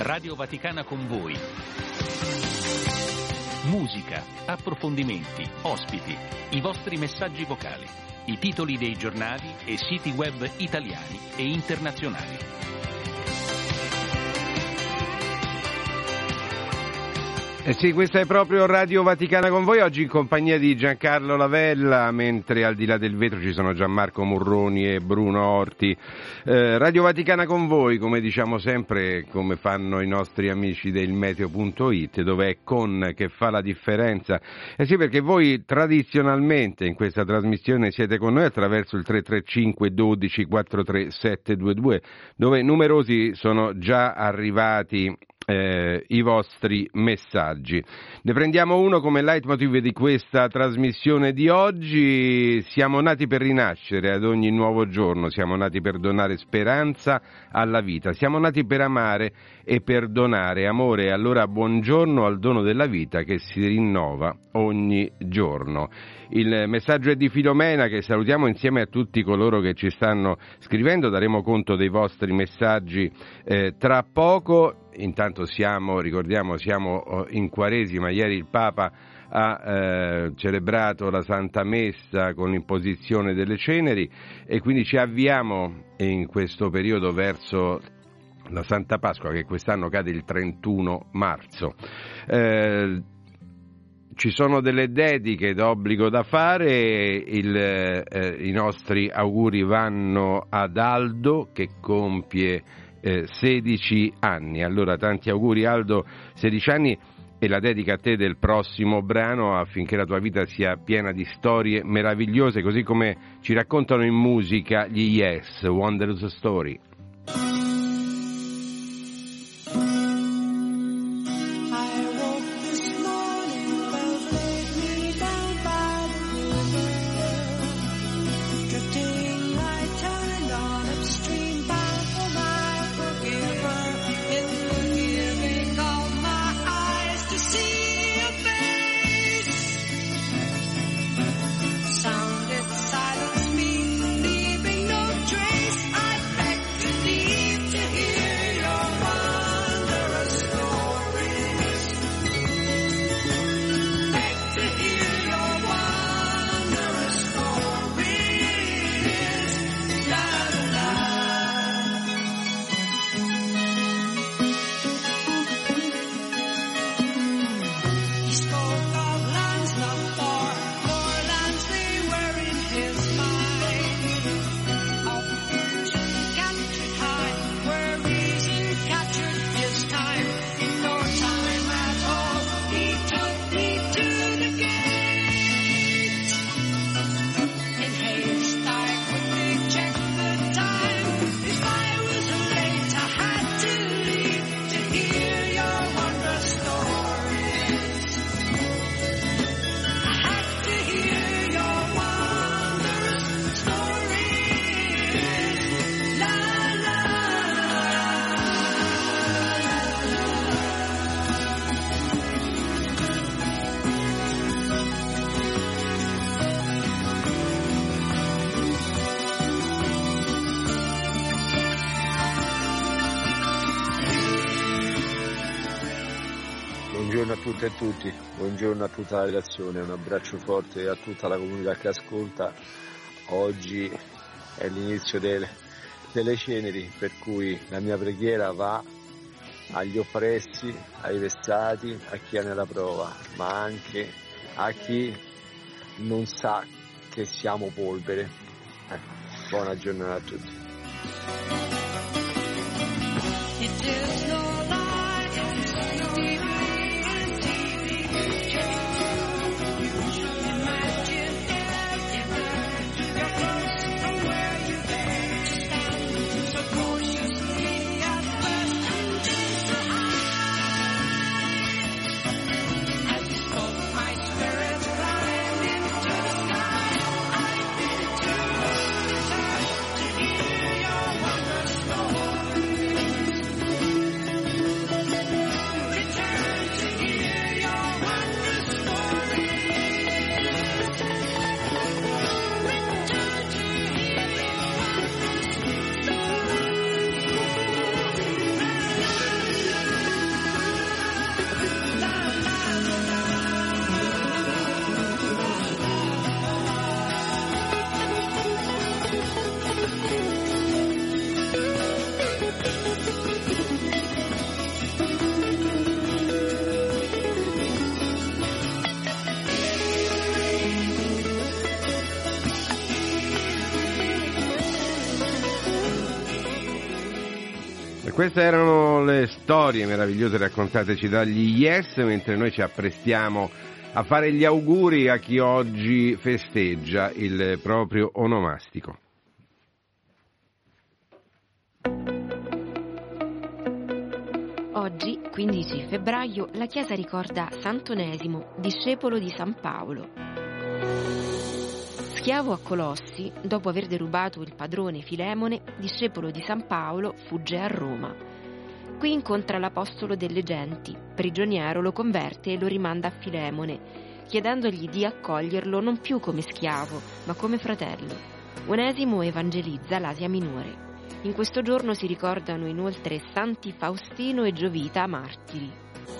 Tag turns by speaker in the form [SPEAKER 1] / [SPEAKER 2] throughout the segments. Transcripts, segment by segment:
[SPEAKER 1] Radio Vaticana con voi. Musica, approfondimenti, ospiti, i vostri messaggi vocali, i titoli dei giornali e siti web italiani e internazionali.
[SPEAKER 2] Sì, questa è proprio Radio Vaticana con voi, oggi in compagnia di Giancarlo Lavella, mentre al di là del vetro ci sono Gianmarco Murroni e Bruno Orti. Radio Vaticana con voi, come diciamo sempre, come fanno i nostri amici del Meteo.it, dove è con che fa la differenza. Sì, perché voi tradizionalmente in questa trasmissione siete con noi attraverso il 335 12 43 722, dove numerosi sono già arrivati i vostri messaggi. Ne prendiamo uno come leitmotiv di questa trasmissione di oggi. Siamo nati per rinascere ad ogni nuovo giorno, siamo nati per donare speranza alla vita, siamo nati per amare e per donare amore. Allora buongiorno al dono della vita che si rinnova ogni giorno. Il messaggio è di Filomena, che salutiamo insieme a tutti coloro che ci stanno scrivendo. Daremo conto dei vostri messaggi tra poco. Intanto siamo in Quaresima. Ieri il Papa ha celebrato la Santa Messa con l'imposizione delle ceneri e quindi ci avviamo in questo periodo verso la Santa Pasqua, che quest'anno cade il 31 marzo. Ci sono delle dediche d'obbligo da fare, i nostri auguri vanno ad Aldo che compie 16 anni, allora tanti auguri Aldo, 16 anni, e la dedica a te del prossimo brano affinché la tua vita sia piena di storie meravigliose, così come ci raccontano in musica gli Yes, Wondrous Story.
[SPEAKER 3] Buongiorno a tutte e tutti, buongiorno a tutta la redazione, un abbraccio forte a tutta la comunità che ascolta. Oggi è l'inizio delle ceneri, per cui la mia preghiera va agli oppressi, ai vessati, a chi è nella prova, ma anche a chi non sa che siamo polvere. Buona giornata a tutti.
[SPEAKER 2] Queste erano le storie meravigliose raccontateci dagli Yes, mentre noi ci apprestiamo a fare gli auguri a chi oggi festeggia il proprio onomastico.
[SPEAKER 4] Oggi, 15 febbraio, la Chiesa ricorda Sant'Onesimo, discepolo di San Paolo. Schiavo a Colossi, dopo aver derubato il padrone Filemone, discepolo di San Paolo, fugge a Roma. Qui incontra l'apostolo delle genti, prigioniero lo converte e lo rimanda a Filemone, chiedendogli di accoglierlo non più come schiavo, ma come fratello. Onesimo evangelizza l'Asia Minore. In questo giorno si ricordano inoltre Santi Faustino e Giovita, martiri.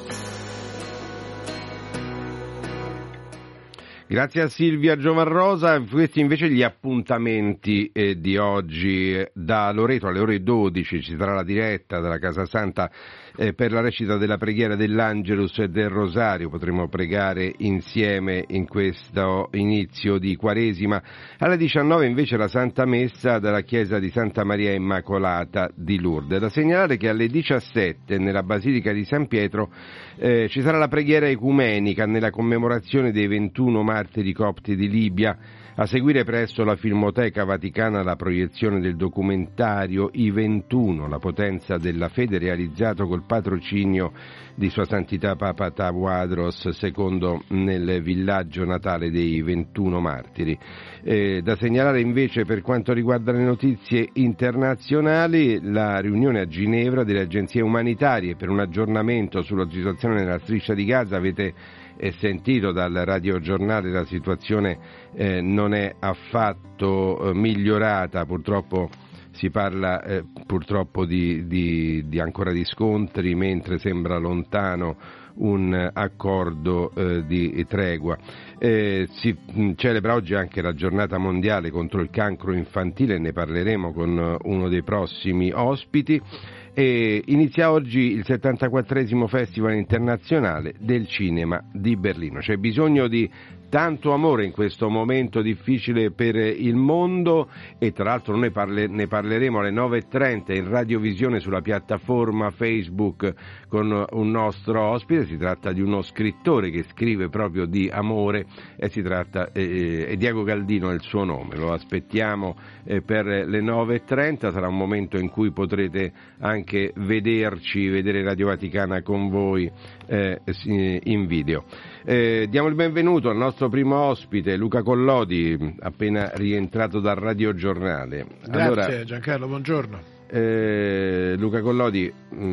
[SPEAKER 2] Grazie a Silvia Giovarrosa. Questi invece gli appuntamenti di oggi. Da Loreto alle ore 12 ci sarà la diretta dalla Casa Santa per la recita della preghiera dell'Angelus e del Rosario. Potremo pregare insieme in questo inizio di Quaresima. Alle 19 invece la Santa Messa dalla chiesa di Santa Maria Immacolata di Lourdes. Da segnalare che alle 17 nella Basilica di San Pietro ci sarà la preghiera ecumenica nella commemorazione dei 21 martiri copti di Libia. A seguire presso la Filmoteca Vaticana la proiezione del documentario I 21, la potenza della fede, realizzato col patrocinio di Sua Santità Papa Tawadros II nel villaggio natale dei 21 martiri. Da segnalare invece, per quanto riguarda le notizie internazionali, la riunione a Ginevra delle agenzie umanitarie per un aggiornamento sulla situazione nella striscia di Gaza. Avete sentito dal radiogiornale, la situazione non è affatto migliorata, purtroppo si parla purtroppo di ancora di scontri, mentre sembra lontano un accordo di tregua. Si celebra oggi anche la giornata mondiale contro il cancro infantile, ne parleremo con uno dei prossimi ospiti. E inizia oggi il 74esimo Festival internazionale del cinema di Berlino. C'è bisogno di tanto amore in questo momento difficile per il mondo, e tra l'altro noi ne parleremo alle 9.30 in radiovisione sulla piattaforma Facebook con un nostro ospite. Si tratta di uno scrittore che scrive proprio di amore e si tratta Diego Galdino è il suo nome. Lo aspettiamo per le 9.30, sarà un momento in cui potrete anche vedere Radio Vaticana con voi in video. Diamo il benvenuto al nostro primo ospite, Luca Collodi, appena rientrato dal radiogiornale.
[SPEAKER 5] Grazie. Allora, Giancarlo, buongiorno.
[SPEAKER 2] Luca Collodi,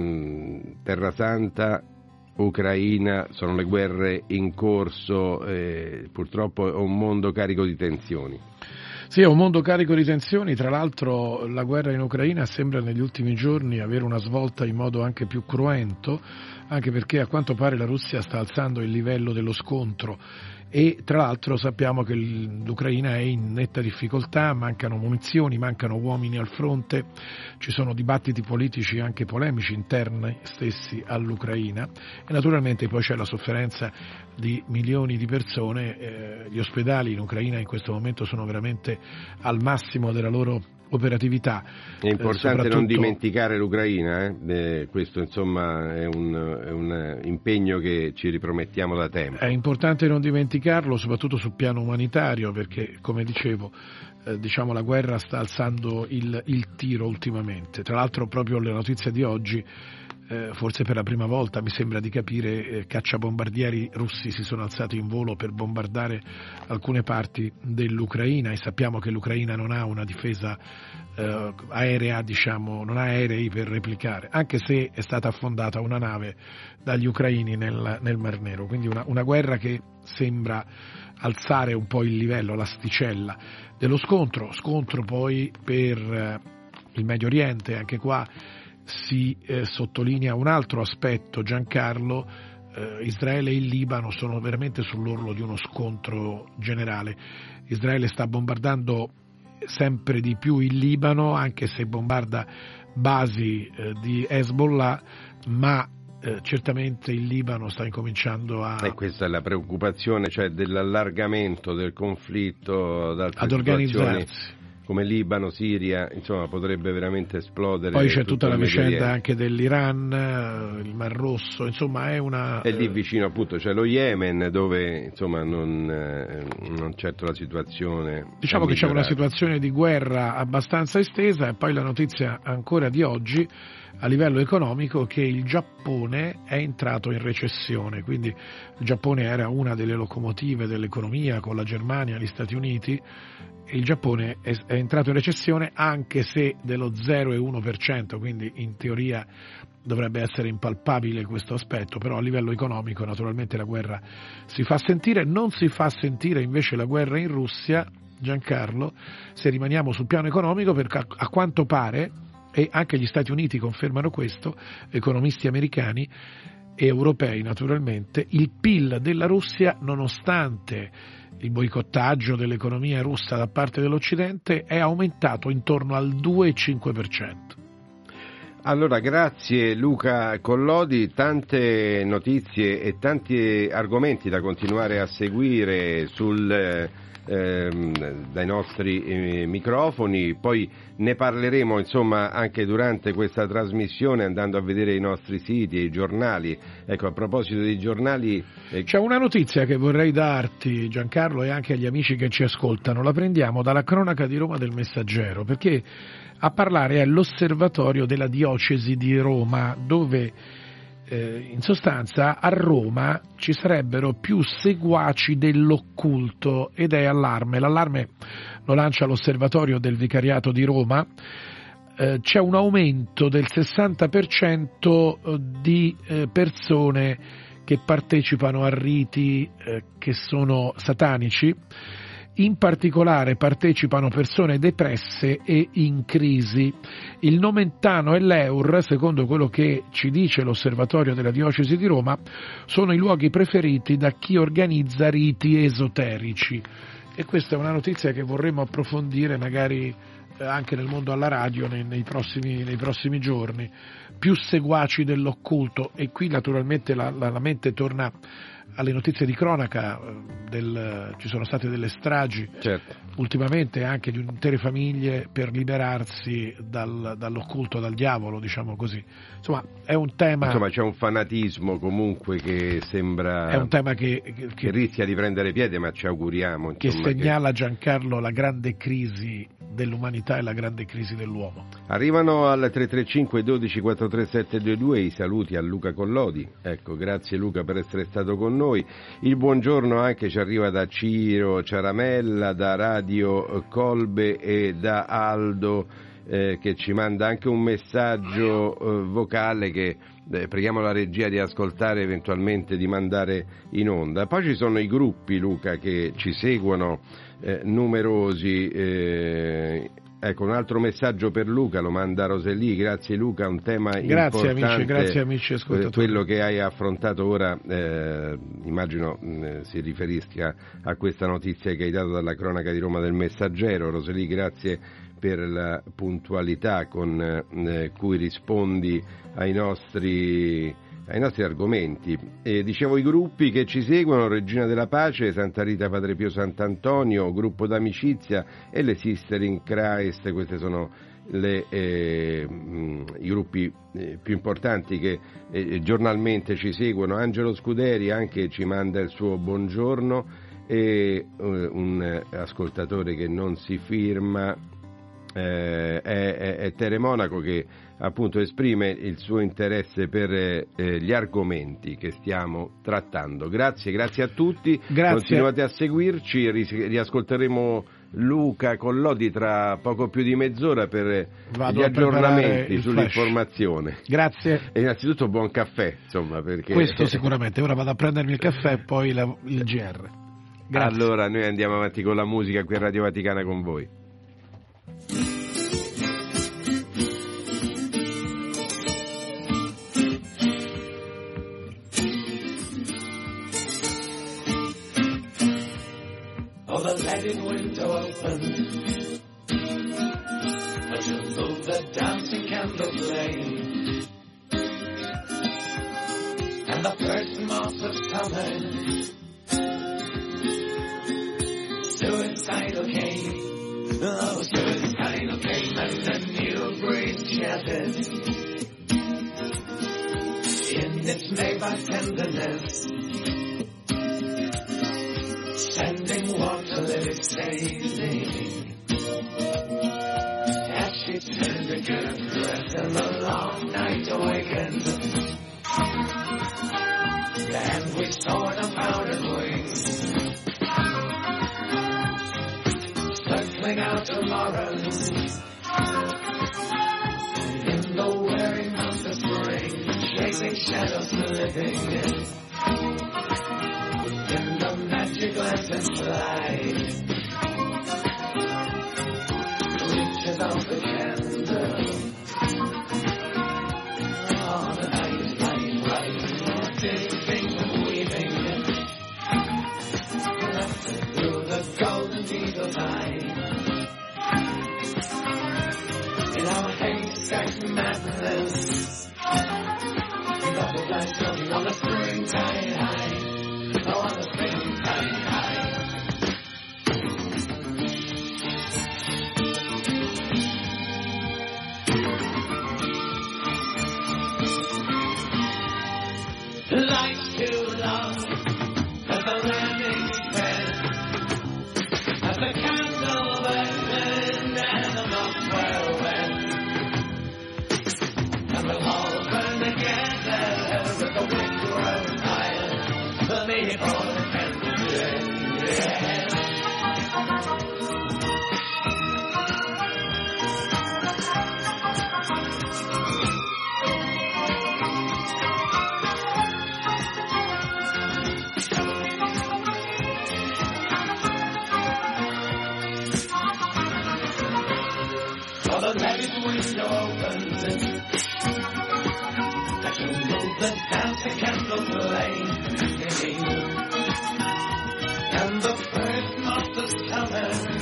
[SPEAKER 2] Terra Santa, Ucraina, sono le guerre in corso, purtroppo è un mondo carico di tensioni.
[SPEAKER 5] Sì, è un mondo carico di tensioni. Tra l'altro la guerra in Ucraina sembra negli ultimi giorni avere una svolta in modo anche più cruento, anche perché a quanto pare la Russia sta alzando il livello dello scontro e tra l'altro sappiamo che l'Ucraina è in netta difficoltà, mancano munizioni, mancano uomini al fronte, ci sono dibattiti politici anche polemici interni stessi all'Ucraina e naturalmente poi c'è la sofferenza di milioni di persone. Gli ospedali in Ucraina in questo momento sono veramente al massimo della loro operatività.
[SPEAKER 2] È importante non dimenticare l'Ucraina, questo insomma è un impegno che ci ripromettiamo da tempo.
[SPEAKER 5] È importante non dimenticarlo, soprattutto sul piano umanitario, perché come dicevo la guerra sta alzando il tiro ultimamente. Tra l'altro proprio le notizie di oggi, forse per la prima volta mi sembra di capire, cacciabombardieri russi si sono alzati in volo per bombardare alcune parti dell'Ucraina e sappiamo che l'Ucraina non ha una difesa aerea, non ha aerei per replicare, anche se è stata affondata una nave dagli ucraini nel Mar Nero, quindi una guerra che sembra alzare un po' il livello, l'asticella dello scontro poi per il Medio Oriente. Anche qua si sottolinea un altro aspetto, Giancarlo. Israele e il Libano sono veramente sull'orlo di uno scontro generale. Israele sta bombardando sempre di più il Libano, anche se bombarda basi di Hezbollah, ma certamente il Libano sta incominciando
[SPEAKER 2] e questa è la preoccupazione, cioè dell'allargamento del conflitto ad
[SPEAKER 5] organizzarsi.
[SPEAKER 2] come Libano, Siria, insomma potrebbe veramente esplodere.
[SPEAKER 5] Poi c'è tutta la vicenda anche dell'Iran, il Mar Rosso, insomma è una...
[SPEAKER 2] E lì vicino appunto c'è lo Yemen, dove insomma non certo la situazione...
[SPEAKER 5] Diciamo che c'è una situazione di guerra abbastanza estesa, e poi la notizia ancora di oggi a livello economico che il Giappone è entrato in recessione, quindi il Giappone era una delle locomotive dell'economia con la Germania e gli Stati Uniti. Il Giappone è entrato in recessione, anche se dello 0,1%, quindi in teoria dovrebbe essere impalpabile questo aspetto, però a livello economico naturalmente la guerra si fa sentire. Non si fa sentire invece la guerra in Russia, Giancarlo, se rimaniamo sul piano economico, perché a quanto pare, e anche gli Stati Uniti confermano questo, economisti americani e europei naturalmente, il PIL della Russia, nonostante il boicottaggio dell'economia russa da parte dell'Occidente, è aumentato intorno al 2,5%.
[SPEAKER 2] Allora, grazie Luca Collodi, tante notizie e tanti argomenti da continuare a seguire dai nostri microfoni, poi ne parleremo insomma anche durante questa trasmissione andando a vedere i nostri siti e i giornali. Ecco, a proposito dei giornali,
[SPEAKER 5] c'è una notizia che vorrei darti, Giancarlo, e anche agli amici che ci ascoltano. La prendiamo dalla cronaca di Roma del Messaggero, perché a parlare è l'osservatorio della diocesi di Roma, dove in sostanza a Roma ci sarebbero più seguaci dell'occulto, ed è allarme. L'allarme lo lancia l'osservatorio del Vicariato di Roma. C'è un aumento del 60% di persone che partecipano a riti che sono satanici. In particolare partecipano persone depresse e in crisi. Il Nomentano e l'Eur, secondo quello che ci dice l'osservatorio della diocesi di Roma, sono i luoghi preferiti da chi organizza riti esoterici. E questa è una notizia che vorremmo approfondire magari anche nel mondo alla radio nei prossimi giorni. Più seguaci dell'occulto, e qui naturalmente la mente torna alle notizie di cronaca, ci sono state delle stragi,
[SPEAKER 2] certo,
[SPEAKER 5] ultimamente anche di intere famiglie per liberarsi dall'occulto, dal diavolo, diciamo così. Insomma, è un tema...
[SPEAKER 2] Insomma, c'è un fanatismo comunque che sembra...
[SPEAKER 5] È un tema che
[SPEAKER 2] rischia di prendere piede, ma ci auguriamo...
[SPEAKER 5] Insomma, che segnala, Giancarlo, la grande crisi dell'umanità e la grande crisi dell'uomo.
[SPEAKER 2] Arrivano al 335 12 43 722 i saluti a Luca Collodi. Ecco, grazie Luca per essere stato con noi. Il buongiorno anche ci arriva da Ciro Ciaramella, da Radio Colbe e da Aldo, che ci manda anche un messaggio vocale che preghiamo la regia di ascoltare, eventualmente di mandare in onda. Poi ci sono i gruppi, Luca, che ci seguono, numerosi. Ecco, un altro messaggio per Luca, lo manda Roseli. Grazie Luca, un tema importante.
[SPEAKER 5] Grazie amici ascoltatori.
[SPEAKER 2] Quello che hai affrontato ora, immagino si riferisca a questa notizia che hai dato dalla cronaca di Roma del Messaggero. Roseli, grazie per la puntualità con cui rispondi ai nostri argomenti. Dicevo, i gruppi che ci seguono: Regina della Pace, Santa Rita Padre Pio Sant'Antonio, Gruppo d'Amicizia e le Sister in Christ. Questi sono i gruppi più importanti che giornalmente ci seguono. Angelo Scuderi anche ci manda il suo buongiorno, e un ascoltatore che non si firma è Tere Monaco, che appunto esprime il suo interesse per gli argomenti che stiamo trattando. Grazie a tutti.
[SPEAKER 5] Grazie.
[SPEAKER 2] Continuate a seguirci, riascolteremo Luca Collodi tra poco più di mezz'ora per gli aggiornamenti sull'informazione.
[SPEAKER 5] Grazie.
[SPEAKER 2] E innanzitutto buon caffè, insomma, perché...
[SPEAKER 5] Questo sicuramente. Ora vado a prendermi il caffè e poi il GR. Grazie.
[SPEAKER 2] Allora noi andiamo avanti con la musica qui a Radio Vaticana con voi.
[SPEAKER 6] The Latin window open, as you move the dancing candle flame, and the first moth of summer suicidal came, oh, suicidal. sending water lilies sailing. As she turned a good breath and the long night awakened, then we soared on powdered wings, circling out of Lawrence, in the wearing of the spring, chasing shadows living in the magic lantern light, reaches out the candle on the night, digging and weaving through the golden needle's eye. In our haystack madness, butterflies floating on the springtime high. Oh, on the springtime high. Life's too long as the landing fed, as the candle burned and the moths were wet, and we'll all burn together with the wind grows higher, the maple and the dead. The leaded window opens, as you move the dancing candle flame, and the first monster's coming.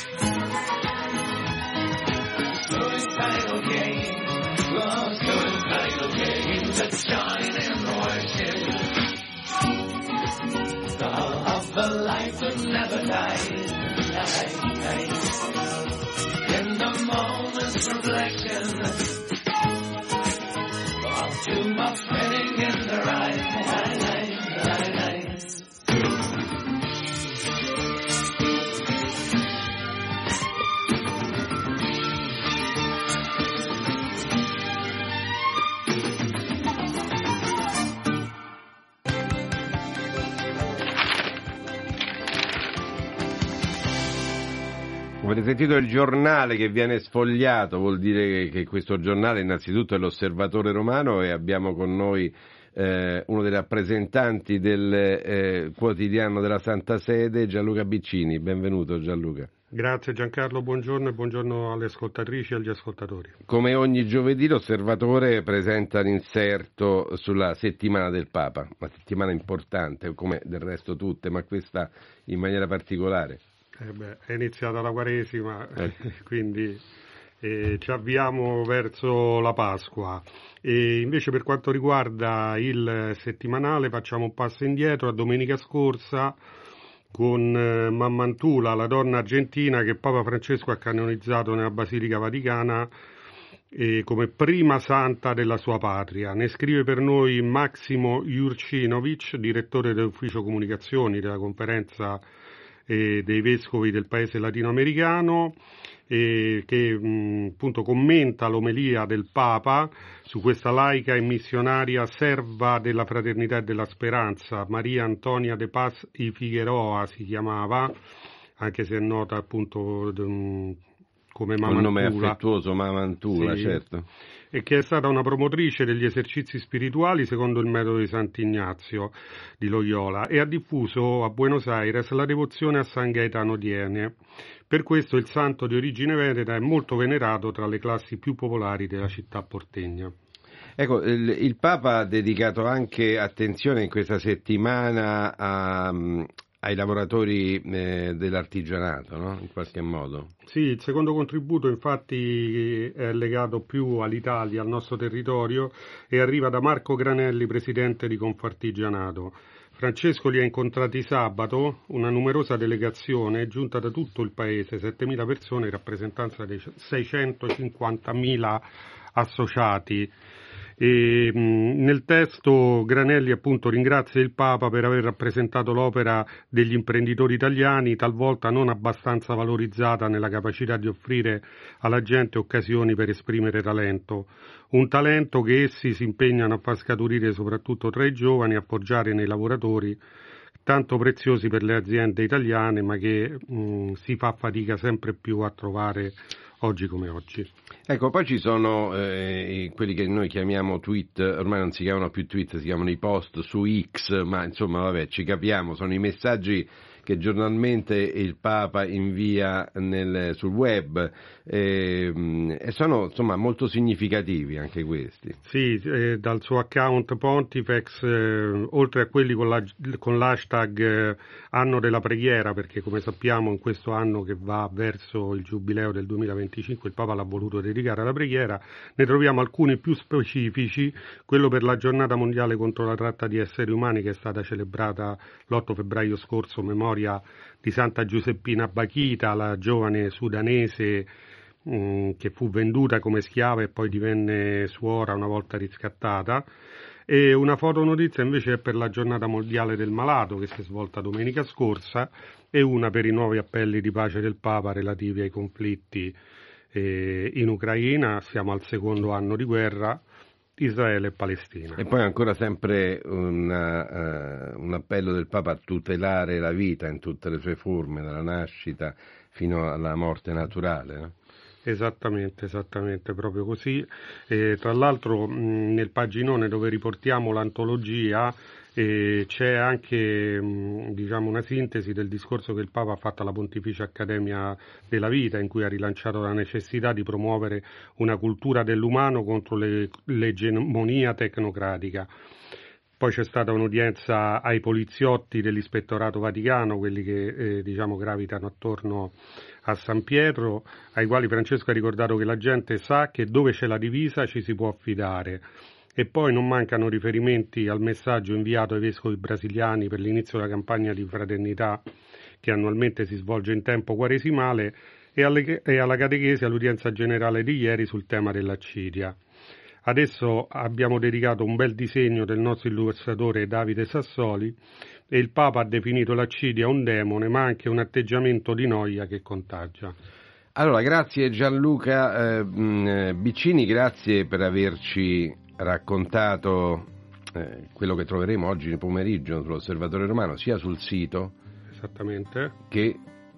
[SPEAKER 6] Suicidal game, oh, suicidal game, to join in worship of the life that never dies. In the moment's reflection of two moths spinning in their eyes.
[SPEAKER 2] Avete sentito il giornale che viene sfogliato, vuol dire che questo giornale innanzitutto è l'Osservatore Romano e abbiamo con noi uno dei rappresentanti del quotidiano della Santa Sede, Gianluca Biccini. Benvenuto Gianluca.
[SPEAKER 7] Grazie Giancarlo, buongiorno e buongiorno alle ascoltatrici e agli ascoltatori.
[SPEAKER 2] Come ogni giovedì l'Osservatore presenta l'inserto sulla settimana del Papa, una settimana importante come del resto tutte, ma questa in maniera particolare.
[SPEAKER 7] È iniziata la Quaresima, quindi ci avviamo verso la Pasqua. E invece per quanto riguarda il settimanale facciamo un passo indietro a domenica scorsa con Mammantula, la donna argentina che Papa Francesco ha canonizzato nella Basilica Vaticana come prima santa della sua patria. Ne scrive per noi Massimo Jurcinovic, direttore dell'ufficio comunicazioni della conferenza dei vescovi del paese latinoamericano, che appunto commenta l'omelia del Papa su questa laica e missionaria serva della fraternità e della speranza. Maria Antonia de Paz y Figueroa si chiamava, anche se è nota appunto come Mamantula.
[SPEAKER 2] Un nome affettuoso, Mamantula, sì. Certo.
[SPEAKER 7] E che è stata una promotrice degli esercizi spirituali secondo il metodo di Sant'Ignazio di Loyola e ha diffuso a Buenos Aires la devozione a San Gaetano di Ene. Per questo il santo di origine veneta è molto venerato tra le classi più popolari della città portegna.
[SPEAKER 2] Ecco, il Papa ha dedicato anche attenzione in questa settimana ai lavoratori dell'artigianato, no? In qualche modo.
[SPEAKER 7] Sì, il secondo contributo infatti è legato più all'Italia, al nostro territorio, e arriva da Marco Granelli, presidente di Confartigianato. Francesco li ha incontrati sabato, una numerosa delegazione giunta da tutto il paese, 7.000 persone in rappresentanza dei 650.000 associati. E nel testo Granelli appunto ringrazia il Papa per aver rappresentato l'opera degli imprenditori italiani, talvolta non abbastanza valorizzata nella capacità di offrire alla gente occasioni per esprimere talento, un talento che essi si impegnano a far scaturire soprattutto tra i giovani, a forgiare nei lavoratori, tanto preziosi per le aziende italiane, ma che si fa fatica sempre più a trovare oggi come oggi.
[SPEAKER 2] Ecco, poi ci sono quelli che noi chiamiamo tweet, ormai non si chiamano più tweet, si chiamano i post su X, ma insomma vabbè, ci capiamo, sono i messaggi che giornalmente il Papa invia sul web e sono insomma molto significativi anche questi.
[SPEAKER 7] Sì, dal suo account Pontifex, oltre a quelli con l'hashtag anno della preghiera, perché come sappiamo in questo anno che va verso il giubileo del 2025 il Papa l'ha voluto dedicare alla preghiera, ne troviamo alcuni più specifici, quello per la giornata mondiale contro la tratta di esseri umani che è stata celebrata l'8 febbraio scorso, memoria di Santa Giuseppina Bakhita, la giovane sudanese che fu venduta come schiava e poi divenne suora una volta riscattata. E una fotonotizia invece è per la giornata mondiale del malato che si è svolta domenica scorsa e una per i nuovi appelli di pace del Papa relativi ai conflitti in Ucraina. Siamo al secondo anno di guerra, Israele e Palestina.
[SPEAKER 2] E poi ancora sempre un appello del Papa a tutelare la vita in tutte le sue forme, dalla nascita fino alla morte naturale, no?
[SPEAKER 7] Esattamente, proprio così. Tra l'altro nel paginone dove riportiamo l'antologia c'è anche una sintesi del discorso che il Papa ha fatto alla Pontificia Accademia della Vita, in cui ha rilanciato la necessità di promuovere una cultura dell'umano contro l'egemonia tecnocratica. Poi c'è stata un'udienza ai poliziotti dell'Ispettorato Vaticano, quelli che gravitano attorno a San Pietro, ai quali Francesco ha ricordato che la gente sa che dove c'è la divisa ci si può affidare. E poi non mancano riferimenti al messaggio inviato ai vescovi brasiliani per l'inizio della campagna di fraternità che annualmente si svolge in tempo quaresimale e alla catechesi all'udienza generale di ieri sul tema dell'accidia. Adesso abbiamo dedicato un bel disegno del nostro illustratore Davide Sassoli e il Papa ha definito l'accidia un demone ma anche un atteggiamento di noia che contagia.
[SPEAKER 2] Allora, grazie Gianluca Biccini, grazie per averci raccontato quello che troveremo oggi nel pomeriggio sull'Osservatore Romano, sia sul sito
[SPEAKER 7] esattamente che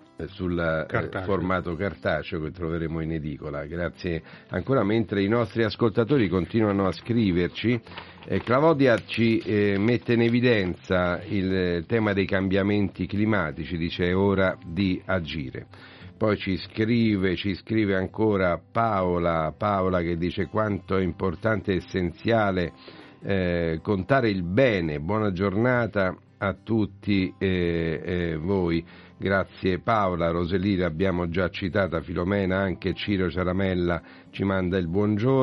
[SPEAKER 2] sul formato cartaceo che troveremo in edicola. Grazie ancora, mentre i nostri ascoltatori continuano a scriverci. Claudia ci mette in evidenza il tema dei cambiamenti climatici, dice è ora di agire. Poi ci scrive ancora Paola che dice quanto è importante e essenziale contare il bene. Buona giornata a tutti voi. Grazie Paola. Roselina abbiamo già citata, Filomena, anche Ciro Ciaramella ci manda il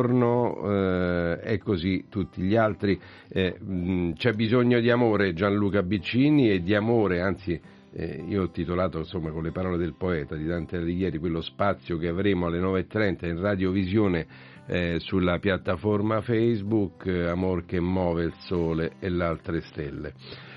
[SPEAKER 2] buongiorno e così tutti gli altri. C'è bisogno di amore, Gianluca Biccini, e di amore, anzi io ho titolato insomma con le parole del poeta di Dante Alighieri quello spazio che avremo alle 9:30 in radiovisione sulla piattaforma Facebook, Amor che muove il sole e le altre stelle.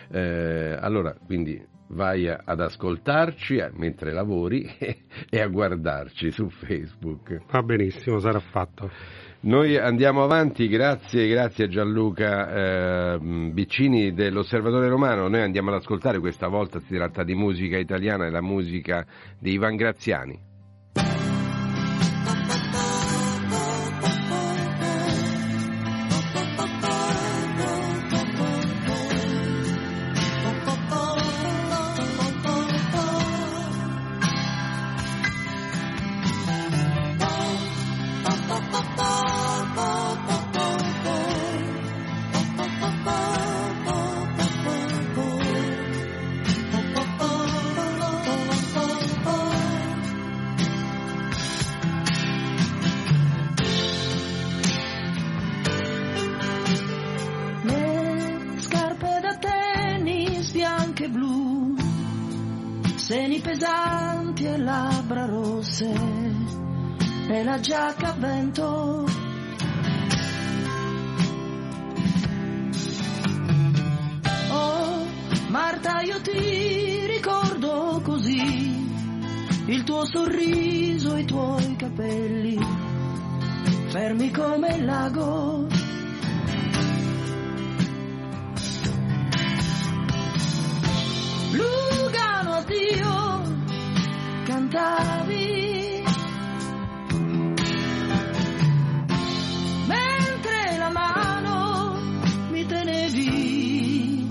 [SPEAKER 2] Allora quindi vai ad ascoltarci mentre lavori e a guardarci su Facebook.
[SPEAKER 7] Va benissimo, sarà fatto.
[SPEAKER 2] Noi andiamo avanti, grazie a Gianluca Biccini dell'Osservatore Romano. Noi andiamo ad ascoltare, questa volta si tratta di musica italiana e la musica di Ivan Graziani.
[SPEAKER 8] Seni pesanti e labbra rosse e la giacca a vento Marta, io ti ricordo così, il tuo sorriso, i tuoi capelli, fermi come il lago. Lugano, addio, cantavi, mentre la mano mi tenevi.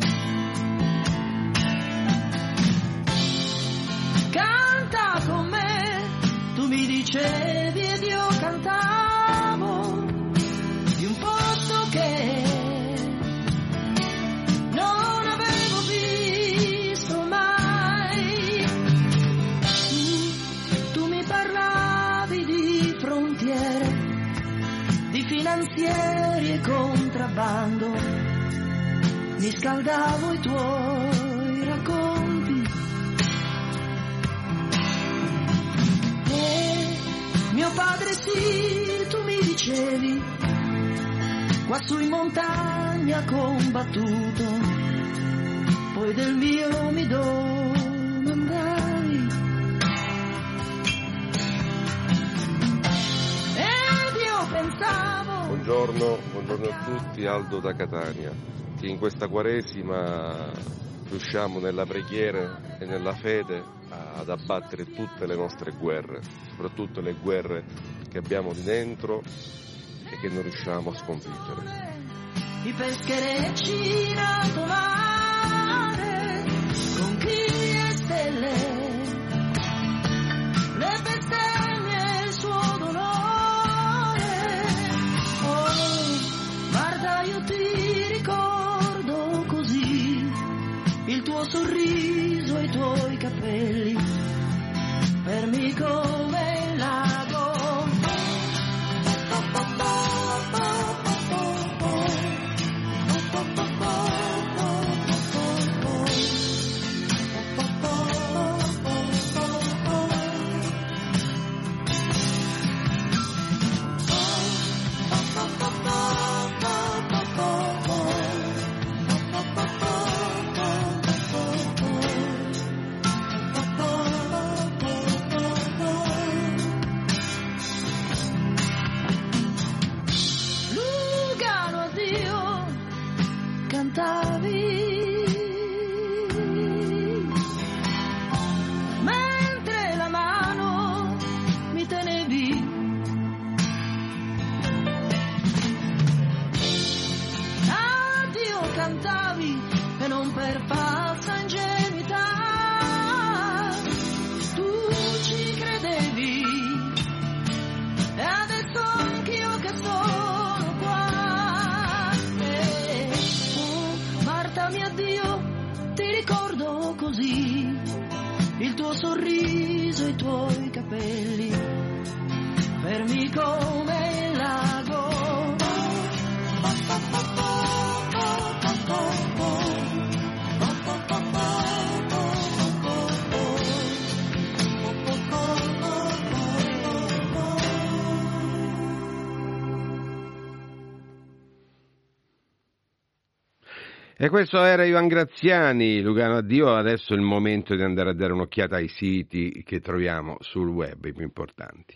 [SPEAKER 8] Canta con me, tu mi dicevi ed io cantavo di un posto che non avevo visto mai. Tu mi parlavi di frontiere, di finanzieri e contrabbando, mi scaldavo i tuoi racconti. Mio padre sì, tu mi dicevi, quassù in montagna ha combattuto, poi del mio mi domandavi. Ed io pensavo...
[SPEAKER 9] Buongiorno a tutti, Aldo da Catania, che in questa Quaresima riusciamo nella preghiera e nella fede ad abbattere tutte le nostre guerre, soprattutto le guerre che abbiamo di dentro e che non riusciamo a sconfiggere.
[SPEAKER 8] I pescherecci in alto mare, conchiglie e stelle, le bestemmie e il suo dolore. Oh, guarda, io ti ricordo così, il tuo sorriso e i tuoi capelli, fermi come il lago. Mentre la mano mi tenevi. Addio cantavi e non per falsa ingenuità tu ci credevi, e adesso anch'io che sono qua. Marta mia, addio, ti ricordo così, il tuo sorriso e i tuoi capelli, fermi come il lago.
[SPEAKER 2] E questo era Ivan Graziani, Lugano addio. Adesso è il momento di andare a dare un'occhiata ai siti che troviamo sul web, i più importanti.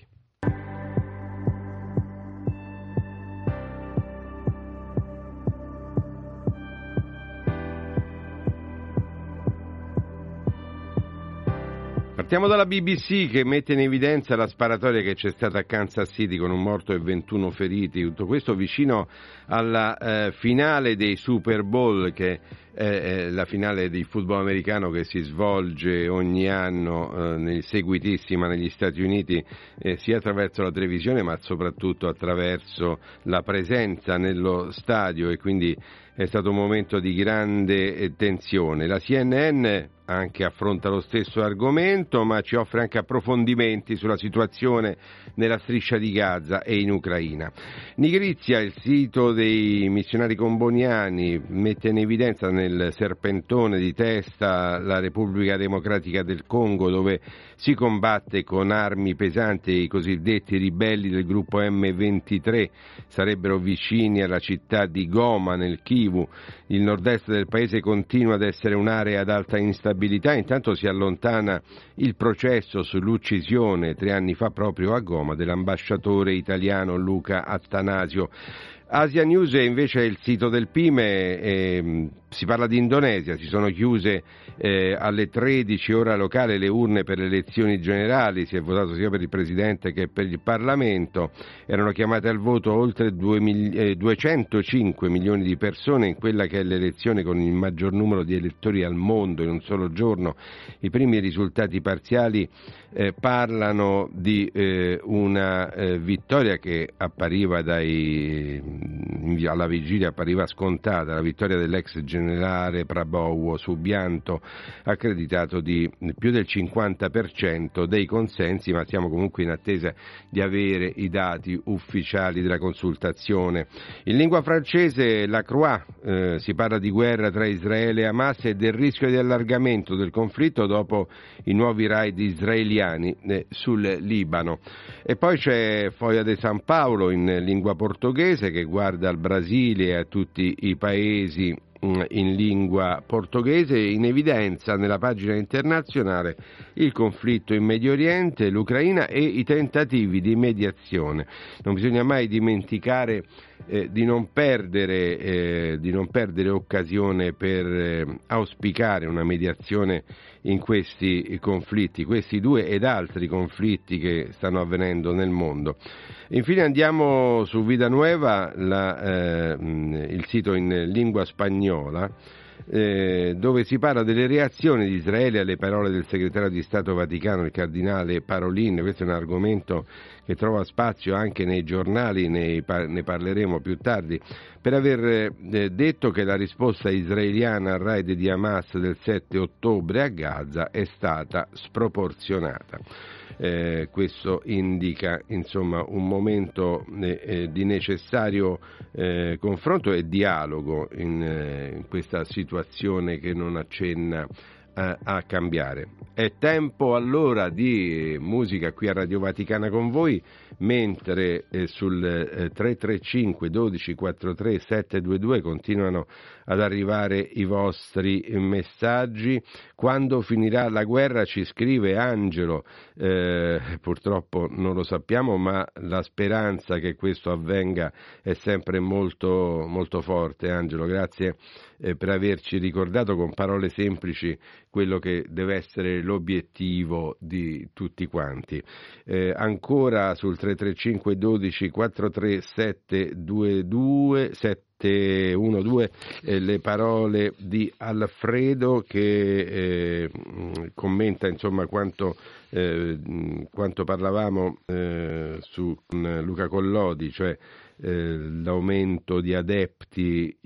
[SPEAKER 2] Partiamo dalla BBC, che mette in evidenza la sparatoria che c'è stata a Kansas City con un morto e 21 feriti, tutto questo vicino alla finale dei Super Bowl, che è la finale di football americano che si svolge ogni anno, seguitissima negli Stati Uniti, sia attraverso la televisione ma soprattutto attraverso la presenza nello stadio, e quindi è stato un momento di grande tensione. La CNN anche affronta lo stesso argomento, ma ci offre anche approfondimenti sulla situazione nella striscia di Gaza e in Ucraina. Nigrizia, il sito dei missionari comboniani, mette in evidenza nel serpentone di testa la Repubblica Democratica del Congo, dove si combatte con armi pesanti. I cosiddetti ribelli del gruppo M23 sarebbero vicini alla città di Goma nel Kivu. Il nord-est del paese continua ad essere un'area ad alta instabilità, intanto si allontana il processo sull'uccisione 3 anni fa proprio a Goma dell'ambasciatore italiano Luca Attanasio. Asia News è invece il sito del Pime, si parla di Indonesia, si sono chiuse alle 13 ora locale le urne per le elezioni generali, si è votato sia per il Presidente che per il Parlamento, erano chiamate al voto oltre 205 milioni di persone in quella che è l'elezione con il maggior numero di elettori al mondo in un solo giorno. I primi risultati parziali parlano di una vittoria che appariva alla vigilia appariva scontata, la vittoria dell'ex generale Prabowo su Bianto, accreditato di più del 50% dei consensi, ma siamo comunque in attesa di avere i dati ufficiali della consultazione. In lingua francese, la Croix, si parla di guerra tra Israele e Hamas e del rischio di allargamento del conflitto dopo i nuovi raid israeliani sul Libano. E poi c'è Folha de San Paolo in lingua portoghese che guarda al Brasile e a tutti i paesi in lingua portoghese. In evidenza nella pagina internazionale il conflitto in Medio Oriente, l'Ucraina e i tentativi di mediazione. Non bisogna mai dimenticare di non perdere occasione per auspicare una mediazione in questi conflitti, questi 2 ed altri conflitti che stanno avvenendo nel mondo. Infine andiamo su Vida Nueva, il sito in lingua spagnola, dove si parla delle reazioni di Israele alle parole del segretario di Stato Vaticano, il cardinale Parolin. Questo è un argomento che trova spazio anche nei giornali, ne parleremo più tardi, per aver detto che la risposta israeliana al raid di Hamas del 7 ottobre a Gaza è stata sproporzionata. Questo indica insomma un momento di necessario confronto e dialogo in questa situazione che non accenna a cambiare. È tempo allora di musica qui a Radio Vaticana con voi, mentre sul 335 12 43 722 continuano ad arrivare i vostri messaggi. Quando finirà la guerra, ci scrive Angelo, purtroppo non lo sappiamo, ma la speranza che questo avvenga è sempre molto, molto forte. Angelo, grazie per averci ricordato con parole semplici quello che deve essere l'obiettivo di tutti quanti. Ancora sul 335 12 43 722 712 le parole di Alfredo che commenta insomma quanto parlavamo su Luca Collodi, cioè l'aumento di adepti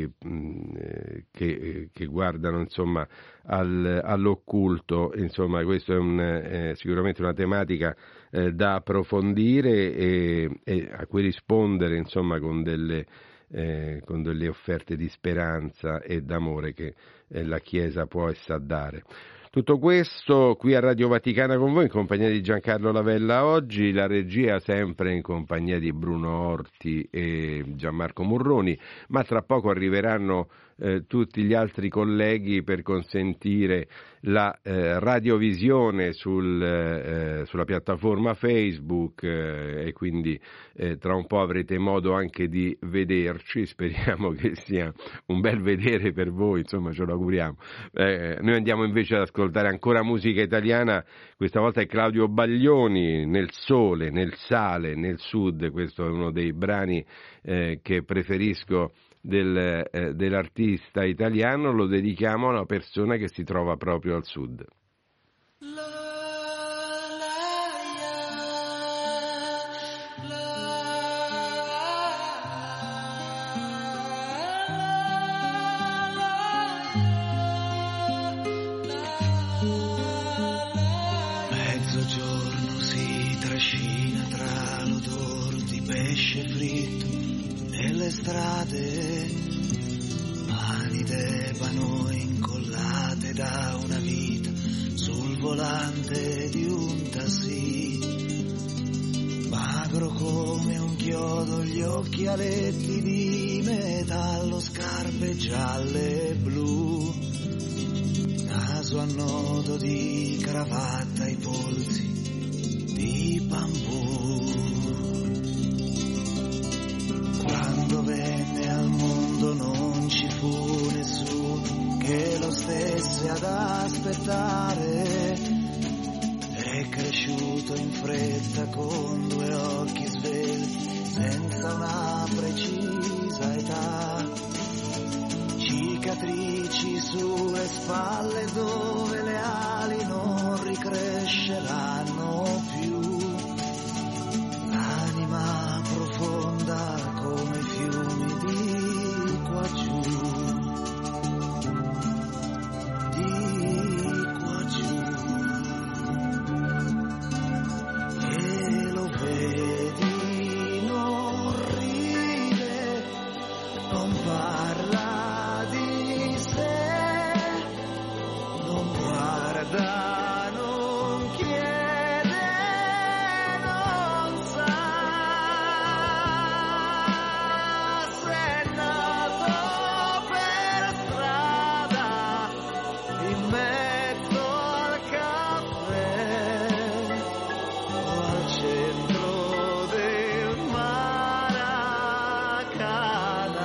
[SPEAKER 2] che guardano insomma all'occulto. Insomma, questo è sicuramente una tematica da approfondire e a cui rispondere insomma con delle offerte di speranza e d'amore che la Chiesa può e sa dare. Tutto questo qui a Radio Vaticana con voi in compagnia di Giancarlo Lavella oggi, la regia sempre in compagnia di Bruno Orti e Gianmarco Murroni, ma tra poco arriveranno tutti gli altri colleghi per consentire la radiovisione sulla piattaforma Facebook e quindi tra un po' avrete modo anche di vederci, speriamo che sia un bel vedere per voi, insomma ce lo auguriamo. Noi andiamo invece ad ascoltare ancora musica italiana, questa volta è Claudio Baglioni, Nel sole, nel sale, nel sud. Questo è uno dei brani che preferisco dell'artista italiano, lo dedichiamo a una persona che si trova proprio al sud.
[SPEAKER 10] giorno si trascina tra l'odor di pesce fritto nelle strade, mani d'ebano incollate da una vita sul volante di un taxi, magro come un chiodo, gli occhialetti di metallo, scarpe gialle e blu, naso a nodo di cravatta, i polsi di bambù. Quando venne al mondo non ci fu nessuno che lo stesse ad aspettare, è cresciuto in fretta con 2 occhi svelti senza una precisa età, cicatrici sulle spalle dove le ali non ricresceranno più, l'anima profonda come i fiumi di qua giù, di qua giù. E lo vedi, non ride, non parla di sé, non guarda, non chiede, non sa, se è nato per strada in mezzo al caffè o al centro del Maracanã.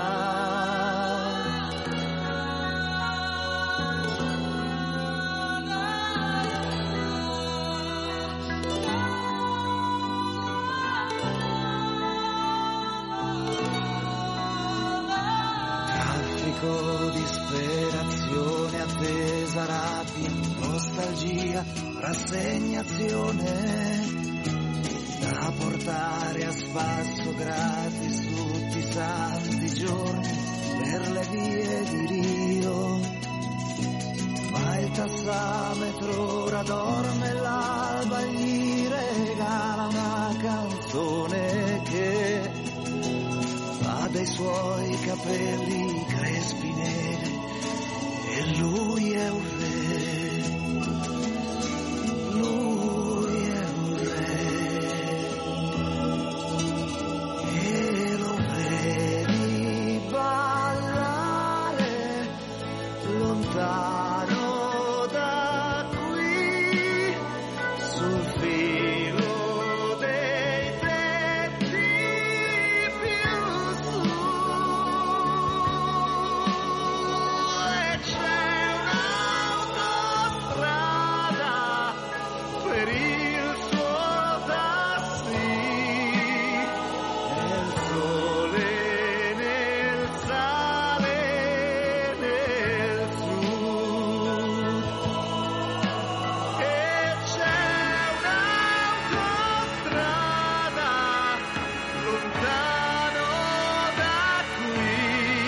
[SPEAKER 10] Traffico, disperazione, attesa, rabbia, nostalgia, rassegnazione, da portare a spasso gratis tutti i santi giorni per le vie di Rio. Ma il tassametro ora dorme, l'alba gli regala una canzone che ha dei suoi capelli crespi neri e lui è un re, lui è un re, e lo vedi ballare lontano da qui sul filo dei tetti più su, e c'è un'autostrada per il suo taxi, nel sole, nel sale, nel sud, e c'è un'autostrada lontano da qui,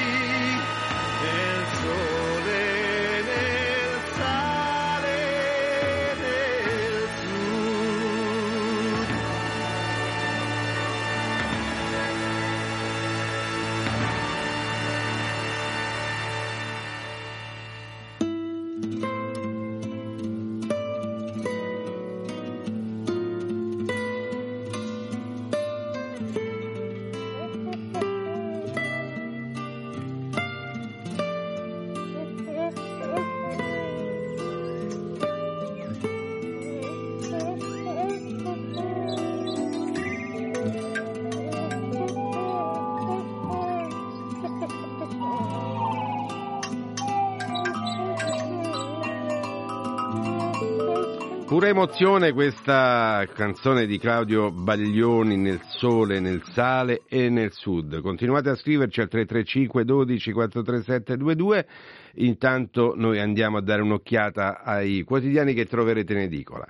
[SPEAKER 10] nel sole, nel sale, nel sud.
[SPEAKER 2] Pura emozione questa canzone di Claudio Baglioni, Nel sole, nel sale e nel sud. Continuate a scriverci al 335 12 437 22. Intanto noi andiamo a dare un'occhiata ai quotidiani che troverete in edicola.